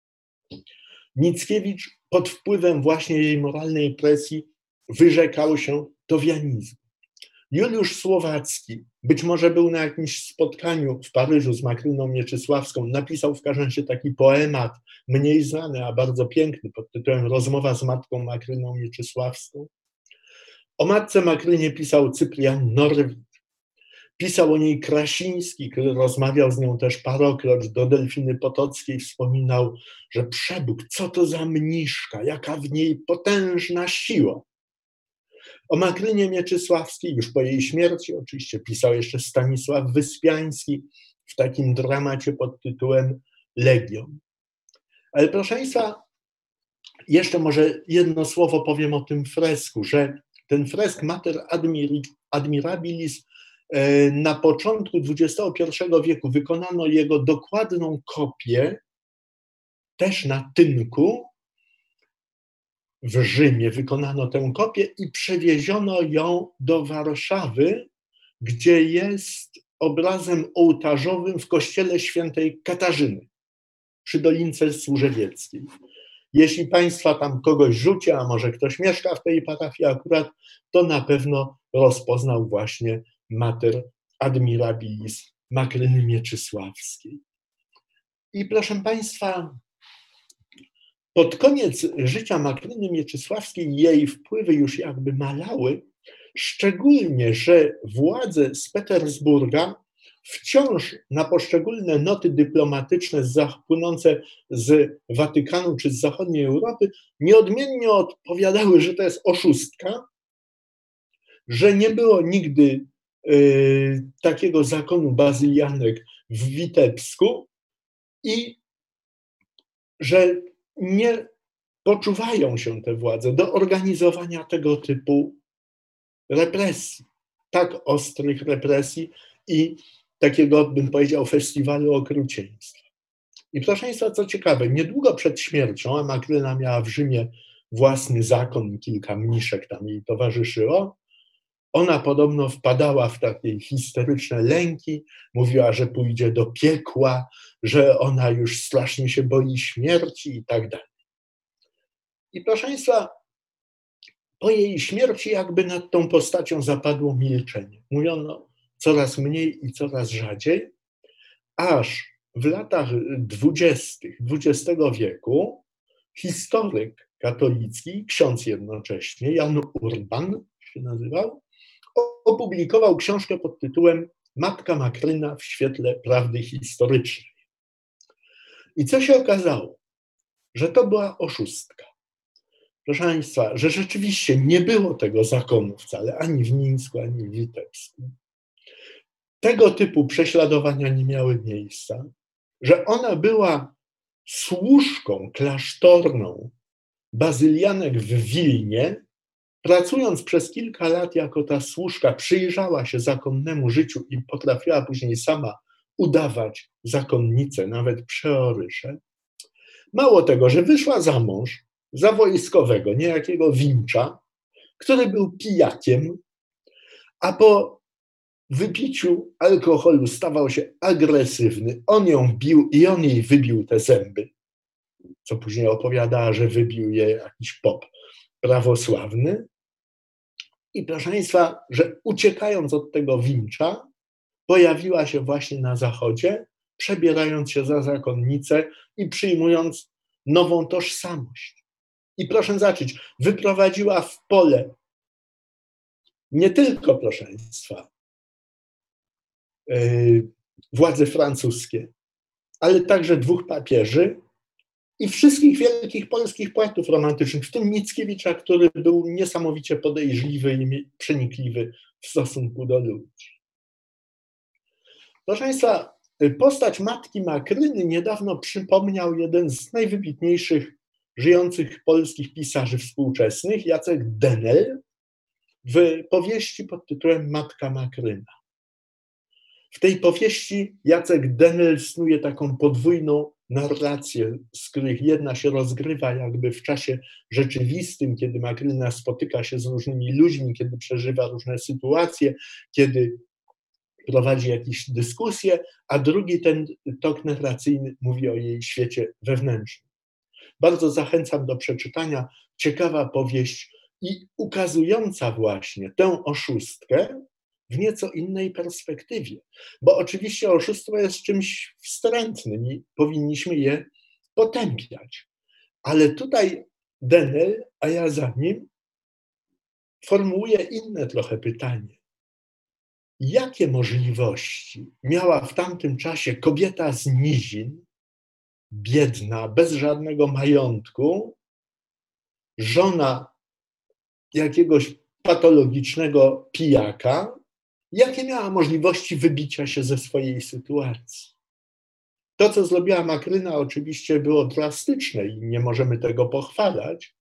Mickiewicz pod wpływem właśnie jej moralnej presji wyrzekał się towianizmu. Juliusz Słowacki, być może był na jakimś spotkaniu w Paryżu z Makryną Mieczysławską, napisał w każdym razie taki poemat, mniej znany, a bardzo piękny, pod tytułem Rozmowa z matką Makryną Mieczysławską. O matce Makrynie pisał Cyprian Norwid. Pisał o niej Krasiński, który rozmawiał z nią też parokroć. Do Delfiny Potockiej wspominał, że przebóg, co to za mniszka, jaka w niej potężna siła. O Makrynie Mieczysławskiej, już po jej śmierci oczywiście, pisał jeszcze Stanisław Wyspiański w takim dramacie pod tytułem Legion. Ale proszę Państwa, jeszcze może jedno słowo powiem o tym fresku, że ten fresk Mater Admirabilis na początku dwudziestego pierwszego wieku wykonano jego dokładną kopię też na tynku. W Rzymie wykonano tę kopię i przewieziono ją do Warszawy, gdzie jest obrazem ołtarzowym w kościele świętej Katarzyny przy Dolince Służewieckiej. Jeśli Państwa tam kogoś rzuci, a może ktoś mieszka w tej parafii akurat, to na pewno rozpoznał właśnie Mater Admirabilis Makryny Mieczysławskiej. I proszę Państwa, pod koniec życia Makryny Mieczysławskiej jej wpływy już jakby malały, szczególnie, że władze z Petersburga wciąż na poszczególne noty dyplomatyczne płynące z Watykanu czy z zachodniej Europy nieodmiennie odpowiadały, że to jest oszustka, że nie było nigdy y, takiego zakonu bazylianek w Witebsku i że nie poczuwają się te władze do organizowania tego typu represji, tak ostrych represji i takiego, bym powiedział, festiwalu okrucieństwa. I proszę Państwa, co ciekawe, niedługo przed śmiercią, a Makryna miała w Rzymie własny zakon i kilka mniszek tam jej towarzyszyło, ona podobno wpadała w takie histeryczne lęki, mówiła, że pójdzie do piekła, że ona już strasznie się boi śmierci i tak dalej. I proszę Państwa, po jej śmierci jakby nad tą postacią zapadło milczenie. Mówiono coraz mniej i coraz rzadziej, aż w latach dwudziestych dwudziestego wieku historyk katolicki, ksiądz jednocześnie, Jan Urban się nazywał, opublikował książkę pod tytułem Matka Makryna w świetle prawdy historycznej. I co się okazało? Że to była oszustka. Proszę Państwa, że rzeczywiście nie było tego zakonu wcale, ani w Mińsku, ani w Witebsku. tego typu prześladowania nie miały miejsca, że ona była służką klasztorną bazylianek w Wilnie, pracując przez kilka lat jako ta służka, przyjrzała się zakonnemu życiu i potrafiła później sama udawać zakonnicę, nawet przeorysze. Mało tego, że wyszła za mąż za wojskowego, niejakiego Wincza, który był pijakiem, a po wypiciu alkoholu stawał się agresywny. On ją bił i on jej wybił te zęby, co później opowiadała, że wybił je jakiś pop prawosławny. I proszę Państwa, że uciekając od tego Wincza, pojawiła się właśnie na Zachodzie, przebierając się za zakonnicę i przyjmując nową tożsamość. I proszę zobaczyć, wyprowadziła w pole nie tylko, proszę Państwa, yy, władze francuskie, ale także dwóch papieży i wszystkich wielkich polskich poetów romantycznych, w tym Mickiewicza, który był niesamowicie podejrzliwy i przenikliwy w stosunku do ludzi. Proszę Państwa, postać matki Makryny niedawno przypomniał jeden z najwybitniejszych żyjących polskich pisarzy współczesnych, Jacek Denel, w powieści pod tytułem Matka Makryna. W tej powieści Jacek Denel snuje taką podwójną narrację, z których jedna się rozgrywa jakby w czasie rzeczywistym, kiedy Makryna spotyka się z różnymi ludźmi, kiedy przeżywa różne sytuacje, kiedy prowadzi jakieś dyskusje, a drugi ten tok narracyjny mówi o jej świecie wewnętrznym. Bardzo zachęcam do przeczytania. Ciekawa powieść i ukazująca właśnie tę oszustkę w nieco innej perspektywie. Bo oczywiście oszustwo jest czymś wstrętnym i powinniśmy je potępiać. Ale tutaj Denel, a ja za nim, formułuje inne trochę pytanie. Jakie możliwości miała w tamtym czasie kobieta z nizin, biedna, bez żadnego majątku, żona jakiegoś patologicznego pijaka, jakie miała możliwości wybicia się ze swojej sytuacji? To, co zrobiła Makryna, oczywiście było drastyczne i nie możemy tego pochwalać,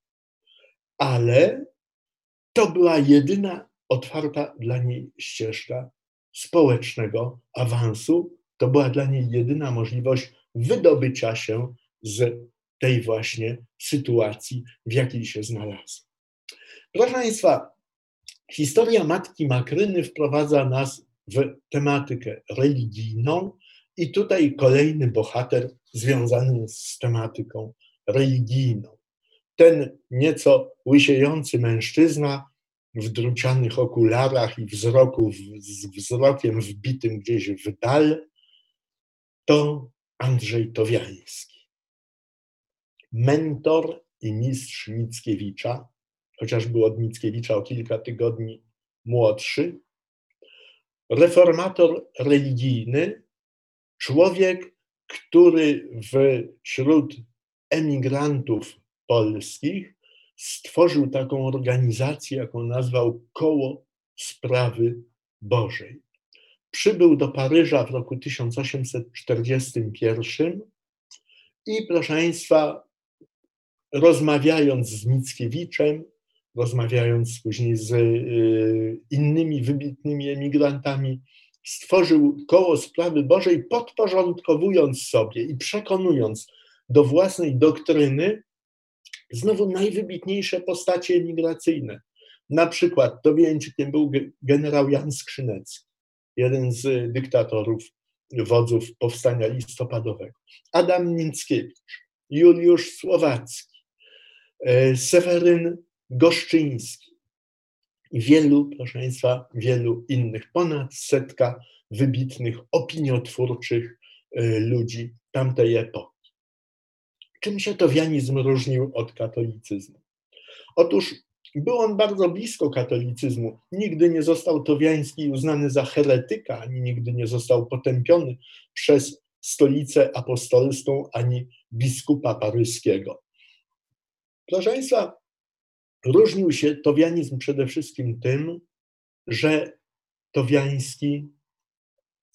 ale to była jedyna otwarta dla niej ścieżka społecznego awansu. To była dla niej jedyna możliwość wydobycia się z tej właśnie sytuacji, w jakiej się znalazła. Proszę Państwa, historia matki Makryny wprowadza nas w tematykę religijną i tutaj kolejny bohater związany z tematyką religijną. Ten nieco łysiejący mężczyzna w drucianych okularach i wzroku, z wzrokiem wbitym gdzieś w dal, to Andrzej Towiański. Mentor i mistrz Mickiewicza, chociaż był od Mickiewicza o kilka tygodni młodszy, reformator religijny, człowiek, który wśród emigrantów polskich stworzył taką organizację, jaką nazwał Koło Sprawy Bożej. Przybył do Paryża w roku tysiąc osiemset czterdziestym pierwszym i, proszę Państwa, rozmawiając z Mickiewiczem, rozmawiając później z innymi wybitnymi emigrantami, stworzył Koło Sprawy Bożej, podporządkowując sobie i przekonując do własnej doktryny znowu najwybitniejsze postacie emigracyjne. Na przykład Dowieńczykiem był generał Jan Skrzynecki, jeden z dyktatorów, wodzów powstania listopadowego. Adam Mickiewicz, Juliusz Słowacki, Seweryn Goszczyński i wielu, proszę Państwa, wielu innych, ponad setka wybitnych, opiniotwórczych ludzi tamtej epoki. Czym się towianizm różnił od katolicyzmu? Otóż był on bardzo blisko katolicyzmu. Nigdy nie został Towiański uznany za heretyka, ani nigdy nie został potępiony przez stolicę apostolską, ani biskupa paryskiego. Proszę Państwa, różnił się towianizm przede wszystkim tym, że Towiański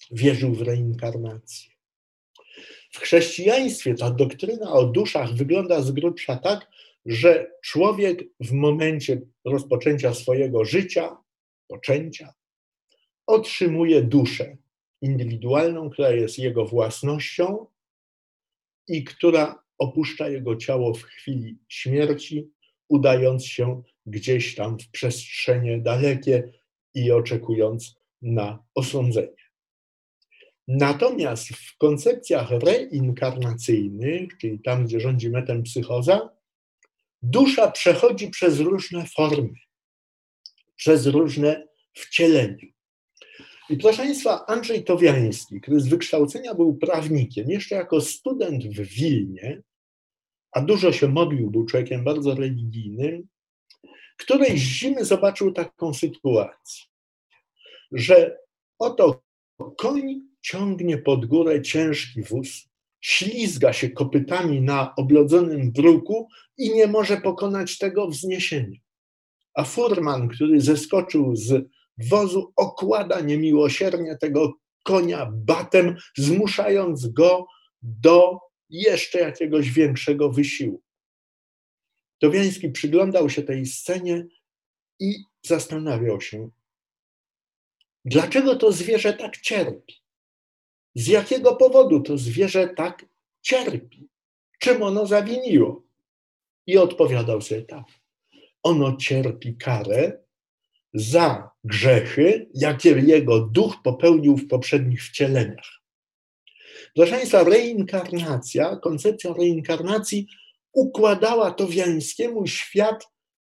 wierzył w reinkarnację. W chrześcijaństwie ta doktryna o duszach wygląda z grubsza tak, że człowiek w momencie rozpoczęcia swojego życia, poczęcia, otrzymuje duszę indywidualną, która jest jego własnością i która opuszcza jego ciało w chwili śmierci, udając się gdzieś tam w przestrzenie dalekie i oczekując na osądzenie. Natomiast w koncepcjach reinkarnacyjnych, czyli tam, gdzie rządzi metempsychoza, dusza przechodzi przez różne formy, przez różne wcielenia. I proszę Państwa, Andrzej Towiański, który z wykształcenia był prawnikiem, jeszcze jako student w Wilnie, a dużo się modlił, był człowiekiem bardzo religijnym, którejś zimy zobaczył taką sytuację, że oto koń ciągnie pod górę ciężki wóz, ślizga się kopytami na oblodzonym bruku i nie może pokonać tego wzniesienia. A furman, który zeskoczył z wozu, okłada niemiłosiernie tego konia batem, zmuszając go do jeszcze jakiegoś większego wysiłku. Towiański przyglądał się tej scenie i zastanawiał się, dlaczego to zwierzę tak cierpi? Z jakiego powodu to zwierzę tak cierpi? Czym ono zawiniło? I odpowiadał sobie tak. Ono cierpi karę za grzechy, jakie jego duch popełnił w poprzednich wcieleniach. Proszę Państwa, reinkarnacja, koncepcja reinkarnacji układała Towiańskiemu świat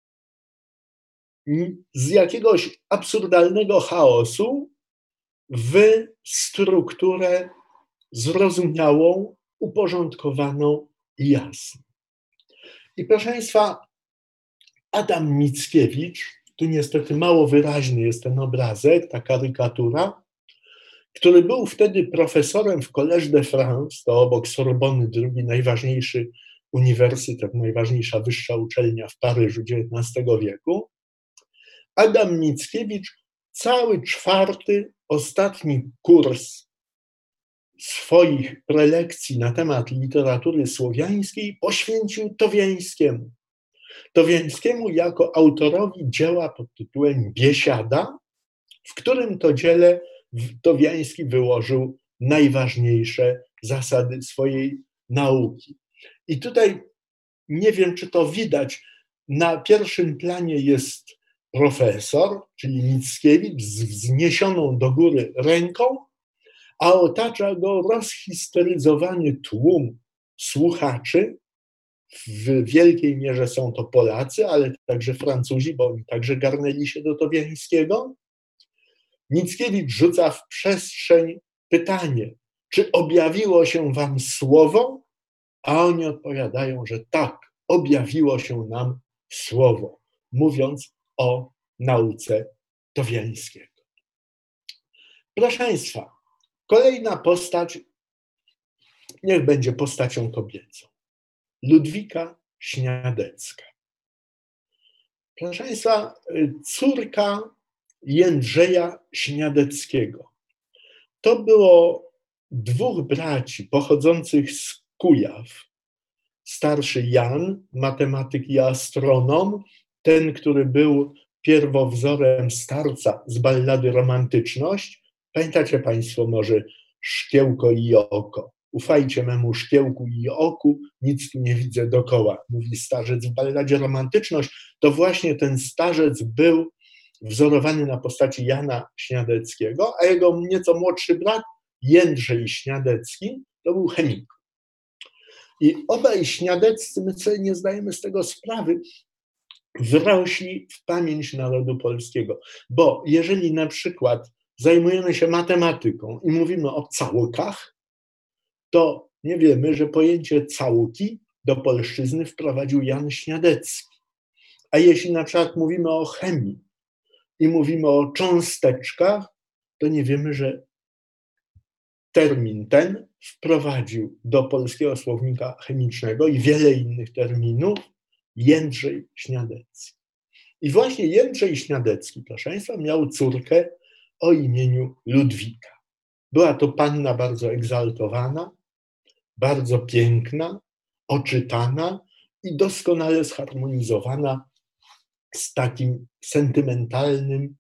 z jakiegoś absurdalnego chaosu w strukturę zrozumiałą, uporządkowaną i jasną. I proszę Państwa, Adam Mickiewicz, tu niestety mało wyraźny jest ten obrazek, ta karykatura, który był wtedy profesorem w Collège de France, to obok Sorbony drugi najważniejszy uniwersytet, najważniejsza wyższa uczelnia w Paryżu dziewiętnastego wieku. Adam Mickiewicz cały czwarty, ostatni kurs swoich prelekcji na temat literatury słowiańskiej poświęcił Towiańskiemu. Towiańskiemu jako autorowi dzieła pod tytułem Biesiada, w którym to dziele Towiański wyłożył najważniejsze zasady swojej nauki. I tutaj nie wiem, czy to widać, na pierwszym planie jest profesor, czyli Mickiewicz z wzniesioną do góry ręką, a otacza go rozhisteryzowany tłum słuchaczy. W wielkiej mierze są to Polacy, ale także Francuzi, bo oni także garnęli się do Towiańskiego. Mickiewicz rzuca w przestrzeń pytanie, czy objawiło się wam słowo? A oni odpowiadają, że tak, objawiło się nam słowo, mówiąc o nauce Towiańskiego. Proszę Państwa, kolejna postać, niech będzie postacią kobiecą. Ludwika Śniadecka. Proszę Państwa, córka Jędrzeja Śniadeckiego. To było dwóch braci pochodzących z Kujaw. Starszy Jan, matematyk i astronom, ten, który był pierwowzorem starca z ballady Romantyczność. Pamiętacie Państwo może Szkiełko i oko. Ufajcie memu szkiełku i oku, nic tu nie widzę dokoła, mówi starzec w balladzie Romantyczność. To właśnie ten starzec był wzorowany na postaci Jana Śniadeckiego, a jego nieco młodszy brat Jędrzej Śniadecki to był chemik. I obaj Śniadeccy, my sobie nie zdajemy z tego sprawy, wrośli w pamięć narodu polskiego. Bo jeżeli na przykład zajmujemy się matematyką i mówimy o całkach, to nie wiemy, że pojęcie całki do polszczyzny wprowadził Jan Śniadecki. A jeśli na przykład mówimy o chemii i mówimy o cząsteczkach, to nie wiemy, że termin ten wprowadził do polskiego słownika chemicznego i wiele innych terminów Jędrzej Śniadecki. I właśnie Jędrzej Śniadecki, proszę Państwa, miał córkę o imieniu Ludwika. Była to panna bardzo egzaltowana, bardzo piękna, oczytana i doskonale zharmonizowana z takim sentymentalnym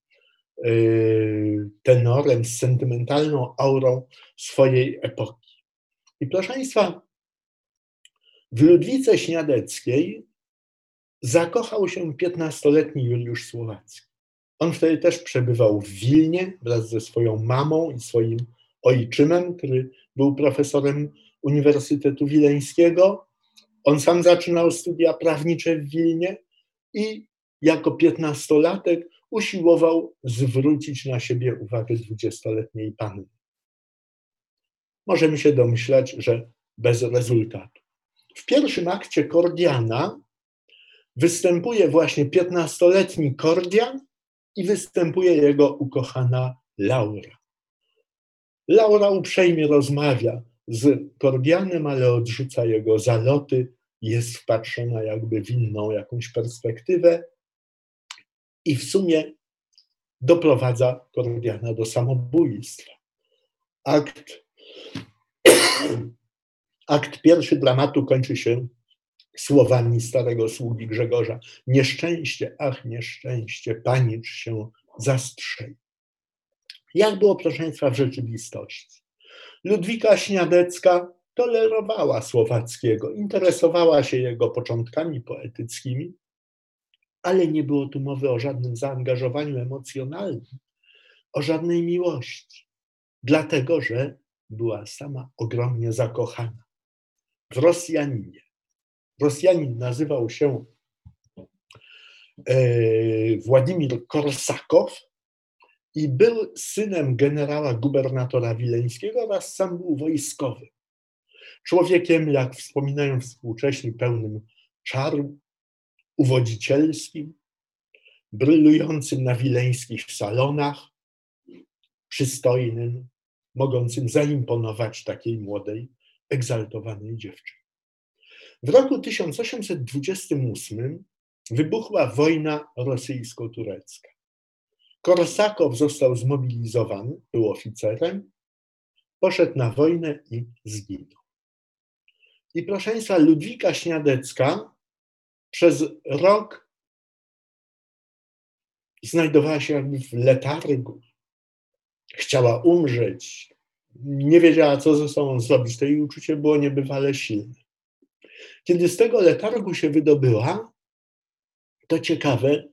tenorem, z sentymentalną aurą swojej epoki. I proszę Państwa, w Ludwice Śniadeckiej zakochał się piętnastoletni Juliusz Słowacki. On wtedy też przebywał w Wilnie wraz ze swoją mamą i swoim ojczymem, który był profesorem Uniwersytetu Wileńskiego. On sam zaczynał studia prawnicze w Wilnie i jako piętnastolatek usiłował zwrócić na siebie uwagę dwudziestoletniej panny. Możemy się domyślać, że bez rezultatu. W pierwszym akcie Kordiana występuje właśnie piętnastoletni Kordian i występuje jego ukochana Laura. Laura uprzejmie rozmawia z Kordianem, ale odrzuca jego zaloty, jest wpatrzona jakby w inną jakąś perspektywę i w sumie doprowadza Kordiana do samobójstwa. Akt, akt pierwszy dramatu kończy się słowami starego sługi Grzegorza: nieszczęście, ach nieszczęście, panicz się zastrzeli. Jak było, proszę Państwa, w rzeczywistości? Ludwika Śniadecka tolerowała Słowackiego, interesowała się jego początkami poetyckimi, ale nie było tu mowy o żadnym zaangażowaniu emocjonalnym, o żadnej miłości, dlatego że była sama ogromnie zakochana w Rosjaninie. Rosjanin nazywał się Władimir Korsakow i był synem generała gubernatora wileńskiego oraz sam był wojskowy. Człowiekiem, jak wspominają współcześni, pełnym czaru, uwodzicielskim, brylującym na wileńskich salonach, przystojnym, mogącym zaimponować takiej młodej, egzaltowanej dziewczynie. W roku tysiąc osiemset dwudziestym ósmym wybuchła wojna rosyjsko-turecka. Korsakow został zmobilizowany, był oficerem, poszedł na wojnę i zginął. I proszę Państwa, Ludwika Śniadecka przez rok znajdowała się jakby w letargu. Chciała umrzeć, nie wiedziała, co ze sobą zrobić. To jej uczucie było niebywale silne. Kiedy z tego letargu się wydobyła, to ciekawe,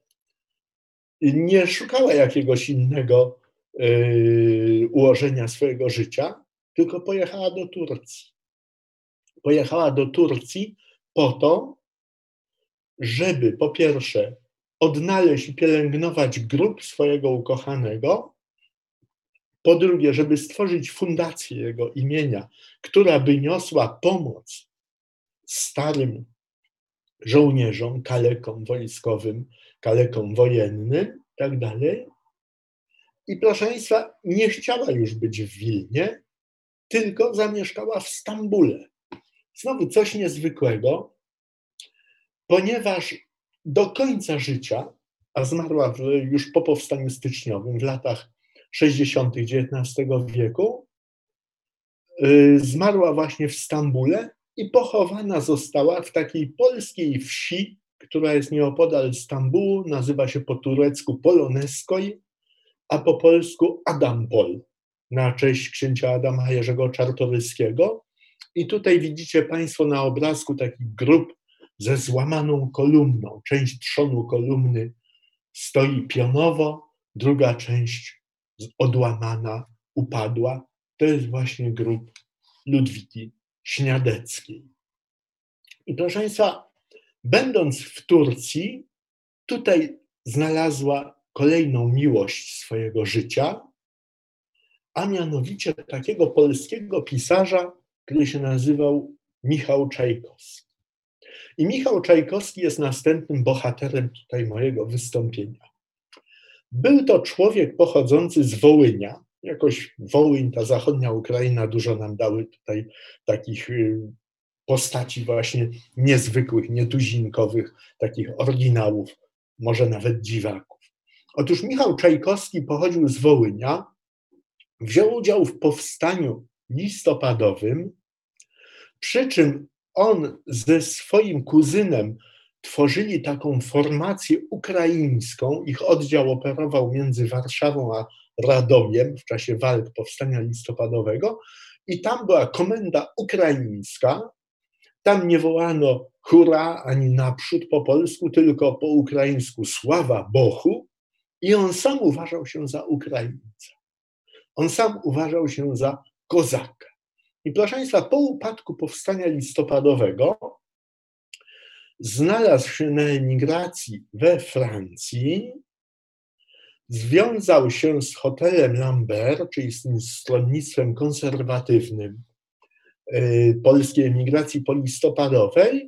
nie szukała jakiegoś innego yy, ułożenia swojego życia, tylko pojechała do Turcji. Pojechała do Turcji po to, żeby po pierwsze odnaleźć i pielęgnować grób swojego ukochanego, po drugie, żeby stworzyć fundację jego imienia, która by niosła pomoc starym żołnierzom, kalekom wojskowym, kalekom wojennym i tak dalej. I proszę Państwa, nie chciała już być w Wilnie, tylko zamieszkała w Stambule. Znowu coś niezwykłego, ponieważ do końca życia, a zmarła w, już po powstaniu styczniowym w latach sześćdziesiątych dziewiętnastego wieku, yy, zmarła właśnie w Stambule i pochowana została w takiej polskiej wsi, która jest nieopodal Stambułu, nazywa się po turecku Poloneskoj, a po polsku Adampol, na cześć księcia Adama Jerzego Czartoryskiego. I tutaj widzicie Państwo na obrazku taki grób ze złamaną kolumną. Część trzonu kolumny stoi pionowo, druga część odłamana, upadła. To jest właśnie grób Ludwiki Śniadeckiej. I proszę Państwa, będąc w Turcji, tutaj znalazła kolejną miłość swojego życia, a mianowicie takiego polskiego pisarza, który się nazywał Michał Czajkowski. I Michał Czajkowski jest następnym bohaterem tutaj mojego wystąpienia. Był to człowiek pochodzący z Wołynia. Jakoś Wołyń, ta zachodnia Ukraina, dużo nam dały tutaj takich postaci właśnie niezwykłych, nietuzinkowych, takich oryginałów, może nawet dziwaków. Otóż Michał Czajkowski pochodził z Wołynia wziął udział w powstaniu listopadowym, przy czym on ze swoim kuzynem tworzyli taką formację ukraińską. Ich oddział operował między Warszawą a Radomiem w czasie walk powstania listopadowego i tam była komenda ukraińska. Tam nie wołano hurra ani naprzód po polsku, tylko po ukraińsku sława Bohu. I on sam uważał się za Ukraińca. On sam uważał się za kozaka. I proszę Państwa, po upadku powstania listopadowego znalazł się na emigracji we Francji, związał się z hotelem Lambert, czyli z tym stronnictwem konserwatywnym polskiej emigracji polistopadowej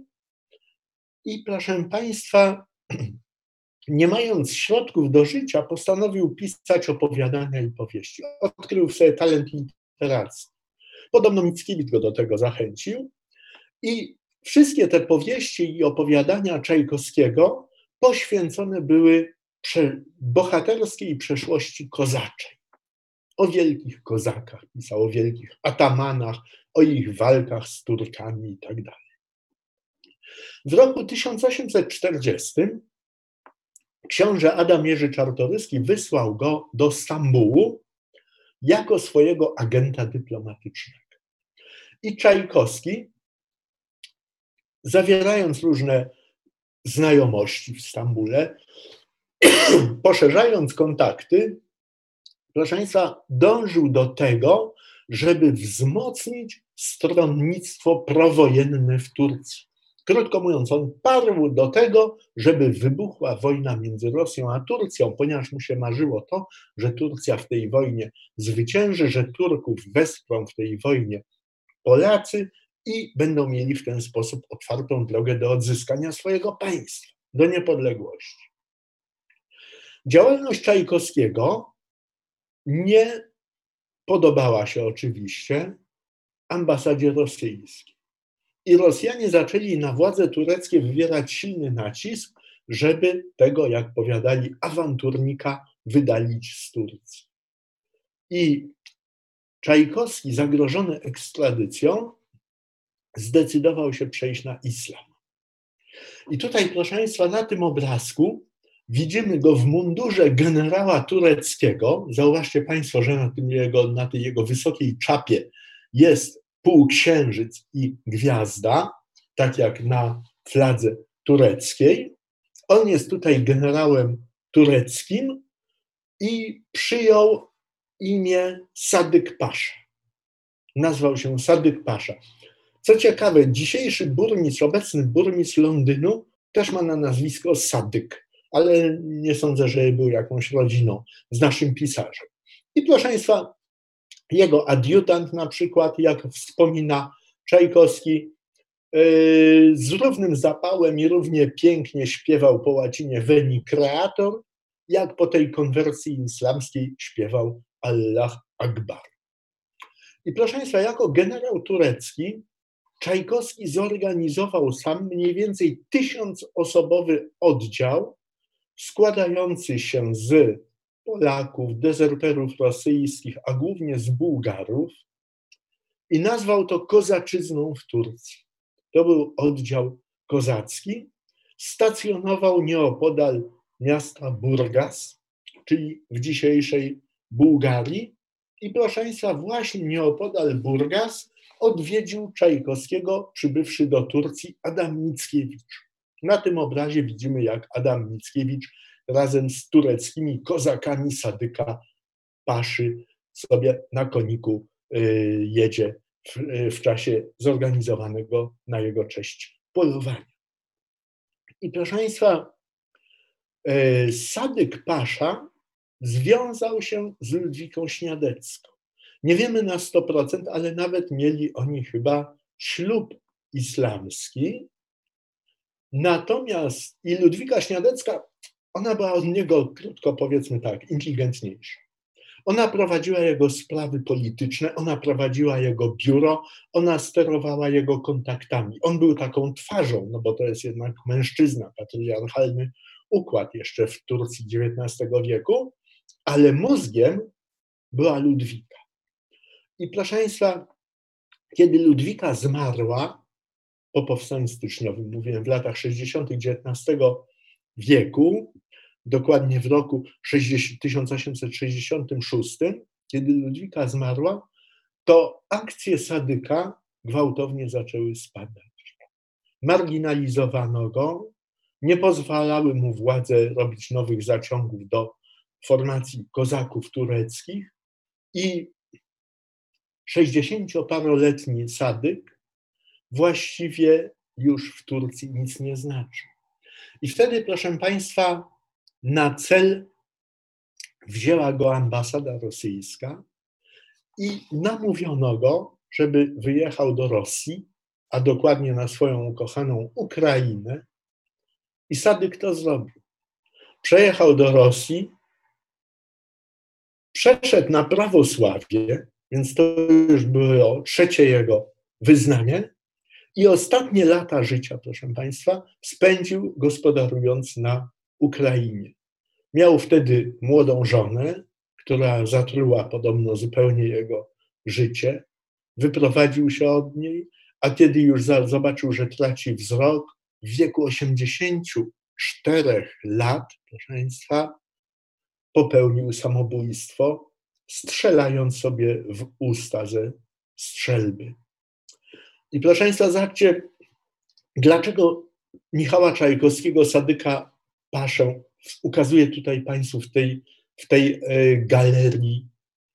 i proszę Państwa, nie mając środków do życia, postanowił pisać opowiadania i powieści. Odkrył w sobie talent literacji. Podobno Mickiewicz go do tego zachęcił i wszystkie te powieści i opowiadania Czajkowskiego poświęcone były bohaterskiej przeszłości kozaczej. O wielkich kozakach pisał, o wielkich atamanach, o ich walkach z Turkami i tak dalej. W roku tysiąc osiemset czterdziestym książę Adam Jerzy Czartoryski wysłał go do Stambułu jako swojego agenta dyplomatycznego. I Czajkowski, zawierając różne znajomości w Stambule, poszerzając kontakty, proszę Państwa, dążył do tego, żeby wzmocnić stronnictwo prowojenne w Turcji. Krótko mówiąc, on parł do tego, żeby wybuchła wojna między Rosją a Turcją, ponieważ mu się marzyło to, że Turcja w tej wojnie zwycięży, że Turków wesprą w tej wojnie Polacy i będą mieli w ten sposób otwartą drogę do odzyskania swojego państwa, do niepodległości. Działalność Czajkowskiego nie podobała się oczywiście ambasadzie rosyjskiej. I Rosjanie zaczęli na władze tureckie wywierać silny nacisk, żeby tego, jak powiadali, awanturnika wydalić z Turcji. I Czajkowski, zagrożony ekstradycją, zdecydował się przejść na islam. I tutaj, proszę Państwa, na tym obrazku widzimy go w mundurze generała tureckiego. Zauważcie Państwo, że na, tym jego, na tej jego wysokiej czapie jest półksiężyc i gwiazda, tak jak na fladze tureckiej. On jest tutaj generałem tureckim i przyjął imię Sadyk Pasza. Nazwał się Sadyk Pasza. Co ciekawe, dzisiejszy burmistrz, obecny burmistrz Londynu też ma na nazwisko Sadyk, ale nie sądzę, że był jakąś rodziną z naszym pisarzem. I proszę Państwa, jego adiutant na przykład, jak wspomina Czajkowski, z równym zapałem i równie pięknie śpiewał po łacinie Veni Creator, jak po tej konwersji islamskiej śpiewał Allah Akbar. I proszę Państwa, jako generał turecki Czajkowski zorganizował sam mniej więcej tysiącosobowy oddział składający się z Polaków, dezerterów rosyjskich, a głównie z Bułgarów i nazwał to kozaczyzną w Turcji. To był oddział kozacki, stacjonował nieopodal miasta Burgas, czyli w dzisiejszej Bułgarii i proszę Państwa, właśnie nieopodal Burgas odwiedził Czajkowskiego, przybywszy do Turcji, Adam Mickiewicz. Na tym obrazie widzimy, jak Adam Mickiewicz razem z tureckimi kozakami Sadyka Paszy sobie na koniku jedzie w, w czasie zorganizowanego na jego cześć polowania. I proszę Państwa, Sadyk Pasza związał się z Ludwiką Śniadecką. Nie wiemy na sto procent, ale nawet mieli oni chyba ślub islamski. Natomiast i Ludwika Śniadecka, ona była od niego, krótko powiedzmy tak, inteligentniejsza. Ona prowadziła jego sprawy polityczne, ona prowadziła jego biuro, ona sterowała jego kontaktami. On był taką twarzą, no bo to jest jednak mężczyzna, patriarchalny układ jeszcze w Turcji dziewiętnastego wieku, ale mózgiem była Ludwika. I proszę Państwa, kiedy Ludwika zmarła, po powstaniu styczniowym, mówiłem w latach sześćdziesiątych dziewiętnastego wieku, dokładnie w roku tysiąc osiemset sześćdziesiątym szóstym, kiedy Ludwika zmarła, to akcje Sadyka gwałtownie zaczęły spadać. Marginalizowano go, nie pozwalały mu władze robić nowych zaciągów do formacji kozaków tureckich i sześćdziesięcioparoletni Sadyk właściwie już w Turcji nic nie znaczy. I wtedy, proszę Państwa, na cel wzięła go ambasada rosyjska i namówiono go, żeby wyjechał do Rosji, a dokładnie na swoją ukochaną Ukrainę. I Sadyk to zrobił. Przejechał do Rosji, przeszedł na prawosławie, więc to już było trzecie jego wyznanie, i ostatnie lata życia, proszę Państwa, spędził gospodarując na Ukrainie. Miał wtedy młodą żonę, która zatruła podobno zupełnie jego życie. Wyprowadził się od niej, a kiedy już zobaczył, że traci wzrok, w wieku osiemdziesięciu czterech lat, proszę Państwa, popełnił samobójstwo, strzelając sobie w usta ze strzelby. I proszę Państwa, zobaczcie, dlaczego Michała Czajkowskiego, Sadyka Paszę ukazuję tutaj Państwu w tej, w tej galerii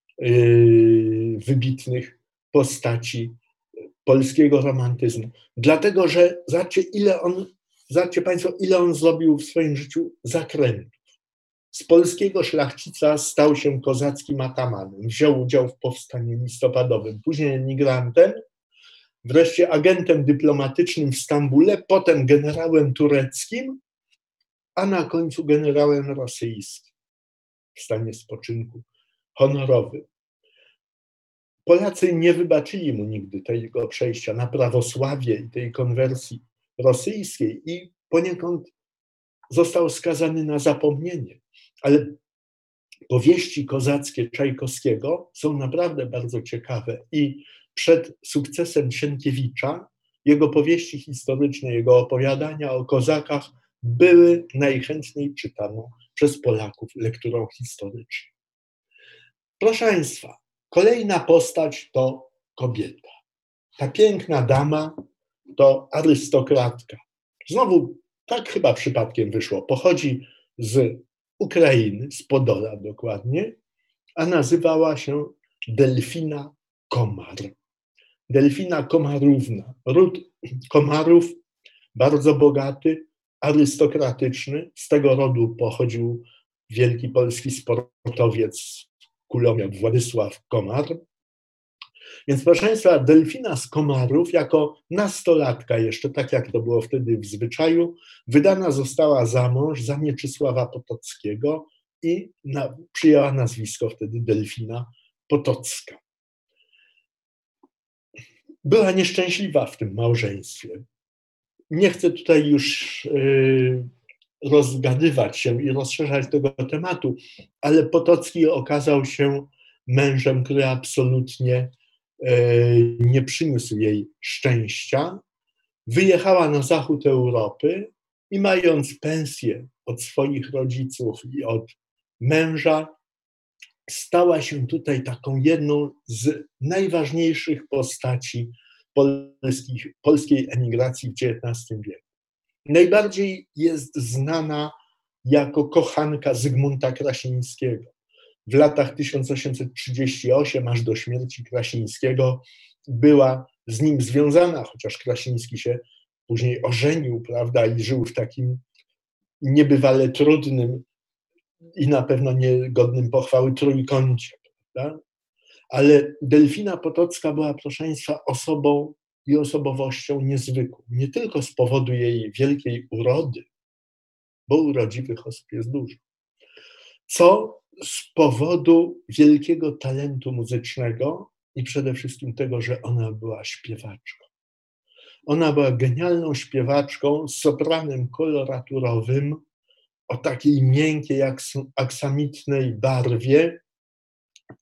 wybitnych postaci polskiego romantyzmu. Dlatego, że zobaczcie, ile on, zobaczcie Państwo, ile on zrobił w swoim życiu zakrętów. Z polskiego szlachcica stał się kozackim atamanem, wziął udział w powstaniu listopadowym, później emigrantem, wreszcie agentem dyplomatycznym w Stambule, potem generałem tureckim, a na końcu generałem rosyjskim w stanie spoczynku honorowym. Polacy nie wybaczyli mu nigdy tego przejścia na prawosławie i tej konwersji rosyjskiej i poniekąd został skazany na zapomnienie. Ale powieści kozackie Czajkowskiego są naprawdę bardzo ciekawe i przed sukcesem Sienkiewicza jego powieści historyczne, jego opowiadania o kozakach były najchętniej czytane przez Polaków lekturą historyczną. Proszę Państwa, kolejna postać to kobieta. Ta piękna dama to arystokratka. Znowu tak chyba przypadkiem wyszło. Pochodzi z Ukrainy, z Podola dokładnie, a nazywała się Delfina Komar. Delfina Komarówna. Ród Komarów, bardzo bogaty, arystokratyczny. Z tego rodu pochodził wielki polski sportowiec, kulomiot Władysław Komar. Więc proszę Państwa, Delfina z Komarów jako nastolatka jeszcze, tak jak to było wtedy w zwyczaju, wydana została za mąż za Mieczysława Potockiego i na, przyjęła nazwisko wtedy Delfina Potocka. Była nieszczęśliwa w tym małżeństwie. Nie chcę tutaj już yy, rozgadywać się i rozszerzać tego tematu, ale Potocki okazał się mężem, który absolutnie yy, nie przyniósł jej szczęścia. Wyjechała na zachód Europy i mając pensję od swoich rodziców i od męża, stała się tutaj taką jedną z najważniejszych postaci polskich, polskiej emigracji w dziewiętnastym wieku. Najbardziej jest znana jako kochanka Zygmunta Krasińskiego. W latach tysiąc osiemset trzydziestym ósmym aż do śmierci Krasińskiego była z nim związana, chociaż Krasiński się później ożenił, prawda, i żył w takim niebywale trudnym i na pewno niegodnym pochwały trójkącie, prawda? Ale Delfina Potocka była, proszę Państwa, osobą i osobowością niezwykłą. Nie tylko z powodu jej wielkiej urody, bo urodziwych osób jest dużo, co z powodu wielkiego talentu muzycznego i przede wszystkim tego, że ona była śpiewaczką. Ona była genialną śpiewaczką z sopranem koloraturowym o takiej miękkiej, aksamitnej barwie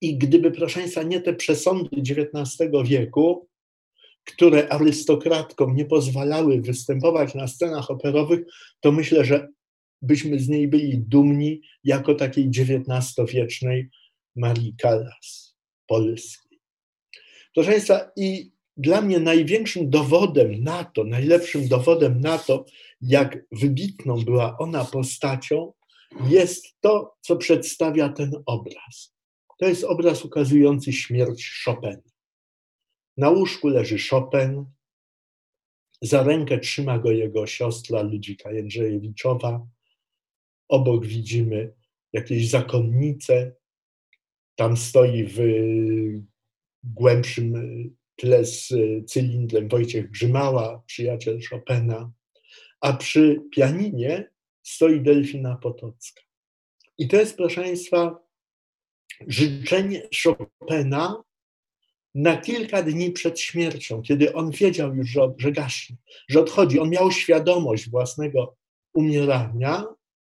I gdyby, proszę Państwa, nie te przesądy dziewiętnastego wieku, które arystokratkom nie pozwalały występować na scenach operowych, to myślę, że byśmy z niej byli dumni jako takiej dziewiętnastowiecznej Marii Callas polskiej. Proszę Państwa, i dla mnie największym dowodem na to, najlepszym dowodem na to, jak wybitną była ona postacią, jest to, co przedstawia ten obraz. To jest obraz ukazujący śmierć Chopina. Na łóżku leży Chopin, za rękę trzyma go jego siostra Ludwika Jędrzejewiczowa. Obok widzimy jakieś zakonnice, tam stoi w głębszym tle z cylindrem Wojciech Grzymała, przyjaciel Chopina, a przy pianinie stoi Delfina Potocka. I to jest, proszę Państwa, życzenie Chopina na kilka dni przed śmiercią, kiedy on wiedział już, że, że gaśnie, że odchodzi. On miał świadomość własnego umierania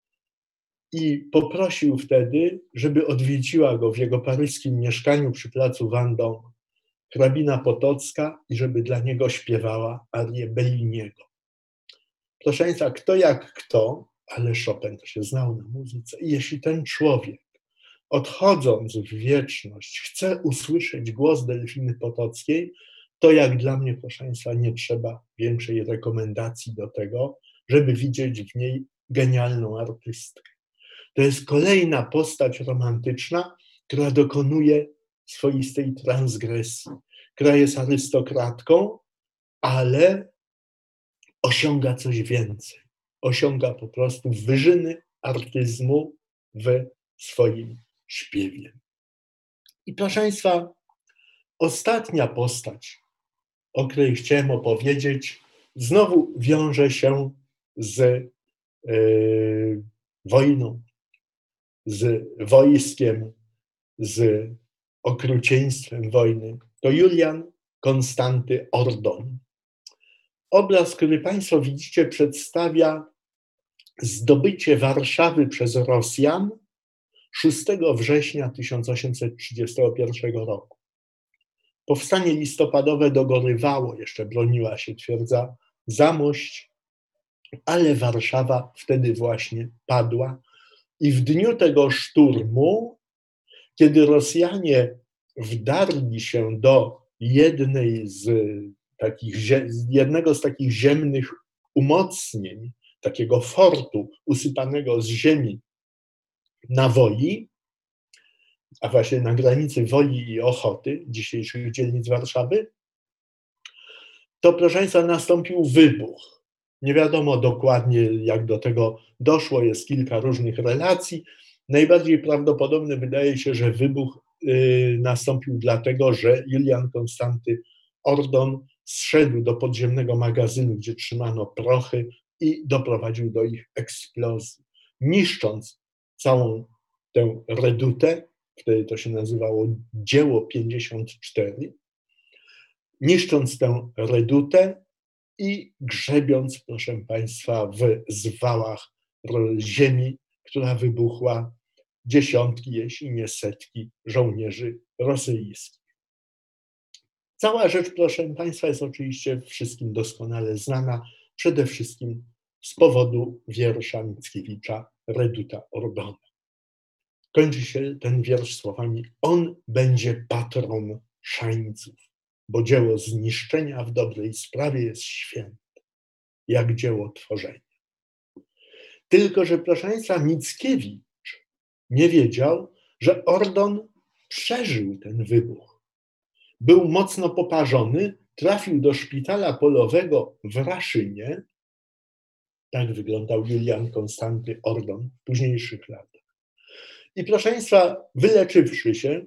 i poprosił wtedy, żeby odwiedziła go w jego paryskim mieszkaniu przy placu Vendôme hrabina Potocka i żeby dla niego śpiewała arię Belliniego. Proszę Państwa, kto jak kto, ale Chopin to się znał na muzyce. I jeśli ten człowiek, odchodząc w wieczność, chce usłyszeć głos Delfiny Potockiej, to jak dla mnie, proszę Państwa, nie trzeba większej rekomendacji do tego, żeby widzieć w niej genialną artystkę. To jest kolejna postać romantyczna, która dokonuje swoistej transgresji, która jest arystokratką, ale osiąga coś więcej. Osiąga po prostu wyżyny artyzmu w swoim śpiewie. I proszę Państwa, ostatnia postać, o której chciałem opowiedzieć, znowu wiąże się z yy, wojną, z wojskiem, z okrucieństwem wojny. To Julian Konstanty Ordon. Obraz, który Państwo widzicie, przedstawia zdobycie Warszawy przez Rosjan szóstego września tysiąc osiemset trzydziestego pierwszego roku. Powstanie listopadowe dogorywało, jeszcze broniła się twierdza Zamość, ale Warszawa wtedy właśnie padła. I w dniu tego szturmu, kiedy Rosjanie wdarli się do jednej z takich, jednego z takich ziemnych umocnień, takiego fortu usypanego z ziemi na Woli, a właśnie na granicy Woli i Ochoty, dzisiejszych dzielnic Warszawy, to, proszę Państwa, nastąpił wybuch. Nie wiadomo dokładnie, jak do tego doszło, jest kilka różnych relacji. Najbardziej prawdopodobne wydaje się, że wybuch y, nastąpił dlatego, że Julian Konstanty Ordon zszedł do podziemnego magazynu, gdzie trzymano prochy i doprowadził do ich eksplozji, niszcząc całą tę redutę, wtedy to się nazywało Dzieło pięćdziesiąt cztery, niszcząc tę redutę i grzebiąc, proszę Państwa, w zwałach ziemi, która wybuchła, dziesiątki, jeśli nie setki żołnierzy rosyjskich. Cała rzecz, proszę Państwa, jest oczywiście wszystkim doskonale znana, przede wszystkim z powodu wiersza Mickiewicza Reduta Ordona. Kończy się ten wiersz słowami: on będzie patron szańców, bo dzieło zniszczenia w dobrej sprawie jest święte, jak dzieło tworzenia. Tylko że, proszę Państwa, Mickiewicz nie wiedział, że Ordon przeżył ten wybuch. Był mocno poparzony, trafił do szpitala polowego w Raszynie. Tak wyglądał Julian Konstanty Ordon w późniejszych latach. I, proszę Państwa, wyleczywszy się,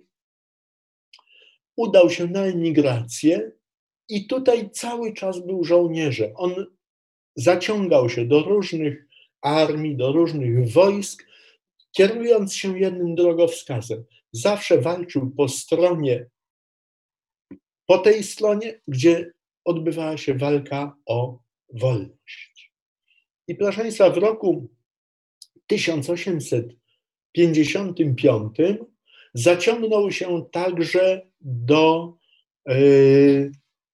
udał się na emigrację i tutaj cały czas był żołnierzem. On zaciągał się do różnych armii, do różnych wojsk, kierując się jednym drogowskazem. Zawsze walczył po stronie, po tej stronie, gdzie odbywała się walka o wolność. I, proszę Państwa, w roku tysiąc osiemset pięćdziesiątym piątym zaciągnął się także do yy,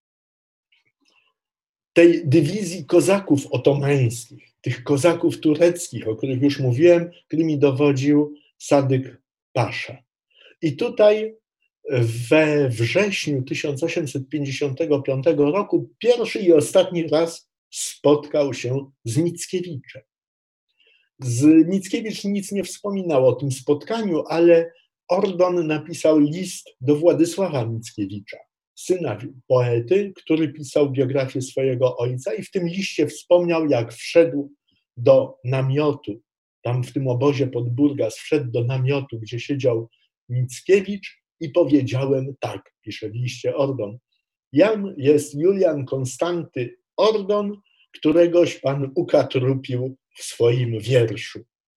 tej dywizji kozaków otomańskich, tych kozaków tureckich, o których już mówiłem, którymi dowodził Sadyk Pasza. I tutaj we wrześniu tysiąc osiemset pięćdziesiątego piątego roku pierwszy i ostatni raz spotkał się z Mickiewiczem. Z Mickiewicz nic nie wspominał o tym spotkaniu, ale Ordon napisał list do Władysława Mickiewicza, syna poety, który pisał biografię swojego ojca, i w tym liście wspomniał, jak wszedł do namiotu, tam w tym obozie pod Burgas, wszedł do namiotu, gdzie siedział Mickiewicz, i powiedziałem tak, pisze w liście Ordon: jam jest Julian Konstanty Ordon, któregoś pan ukatrupił w swoim wierszu.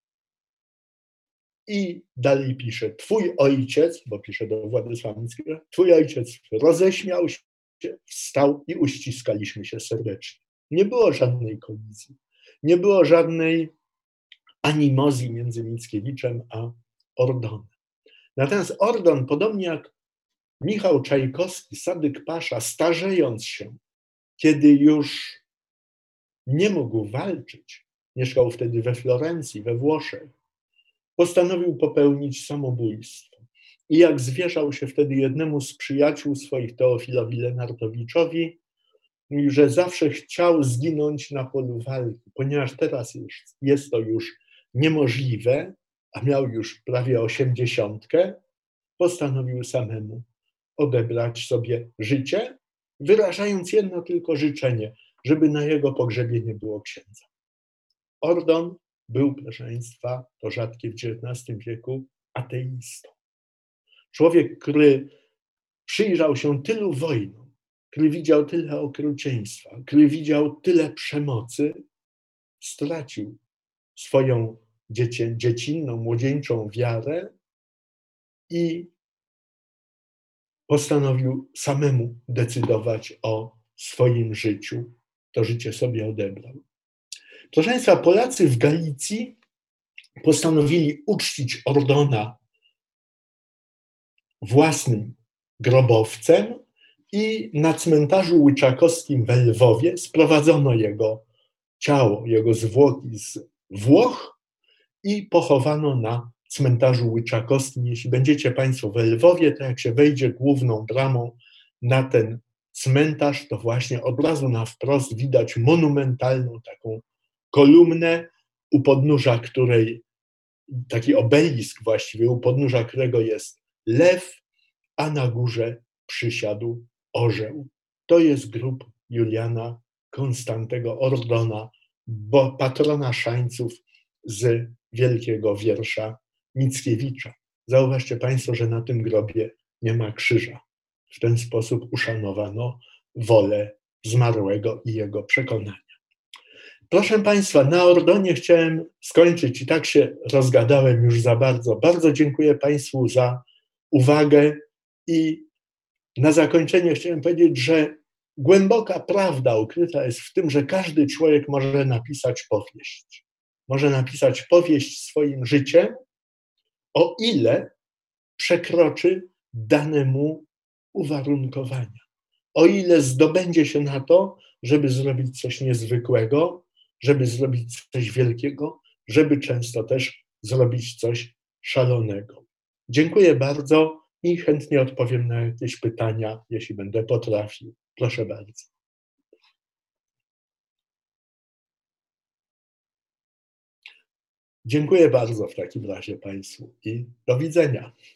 I dalej pisze: twój ojciec, bo pisze do Władysława Mickiewicza, twój ojciec roześmiał się, wstał i uściskaliśmy się serdecznie. Nie było żadnej kolizji, nie było żadnej animozji między Mickiewiczem a Ordonem. Natomiast Ordon, podobnie jak Michał Czajkowski, Sadyk Pasza, starzejąc się, kiedy już nie mógł walczyć, mieszkał wtedy we Florencji, we Włoszech, postanowił popełnić samobójstwo. I jak zwierzał się wtedy jednemu z przyjaciół swoich, Teofilowi Lenartowiczowi, mówi, że zawsze chciał zginąć na polu walki, ponieważ teraz już jest to już niemożliwe, a miał już prawie osiemdziesiątkę, postanowił samemu odebrać sobie życie, wyrażając jedno tylko życzenie, żeby na jego pogrzebie nie było księdza. Ordon był, proszę państwa, to rzadkie w dziewiętnastym wieku, ateistą. Człowiek, który przyjrzał się tylu wojnom, który widział tyle okrucieństwa, który widział tyle przemocy, stracił swoją dziecię, dziecinną, młodzieńczą wiarę i postanowił samemu decydować o swoim życiu. To życie sobie odebrał. Proszę państwa, Polacy w Galicji postanowili uczcić Ordona własnym grobowcem i na cmentarzu łyczakowskim we Lwowie sprowadzono jego ciało, jego zwłoki z Włoch i pochowano na cmentarzu łyczakowskim. Jeśli będziecie państwo we Lwowie, to jak się wejdzie główną bramą na ten cmentarz, to właśnie od razu na wprost widać monumentalną taką kolumnę, u podnóża której, taki obelisk właściwie, u podnóża którego jest lew, a na górze przysiadł orzeł. To jest grób Juliana Konstantego Ordona, bo patrona szańców z wielkiego wiersza Mickiewicza. Zauważcie państwo, że na tym grobie nie ma krzyża. W ten sposób uszanowano wolę zmarłego i jego przekonania. Proszę państwa, na Ordonie chciałem skończyć i tak się rozgadałem już za bardzo. Bardzo dziękuję państwu za uwagę i na zakończenie chciałem powiedzieć, że głęboka prawda ukryta jest w tym, że każdy człowiek może napisać powieść. Może napisać powieść swoim życiem, o ile przekroczy dane mu uwarunkowania. O ile zdobędzie się na to, żeby zrobić coś niezwykłego, żeby zrobić coś wielkiego, żeby często też zrobić coś szalonego. Dziękuję bardzo i chętnie odpowiem na jakieś pytania, jeśli będę potrafił. Proszę bardzo. Dziękuję bardzo w takim razie państwu i do widzenia.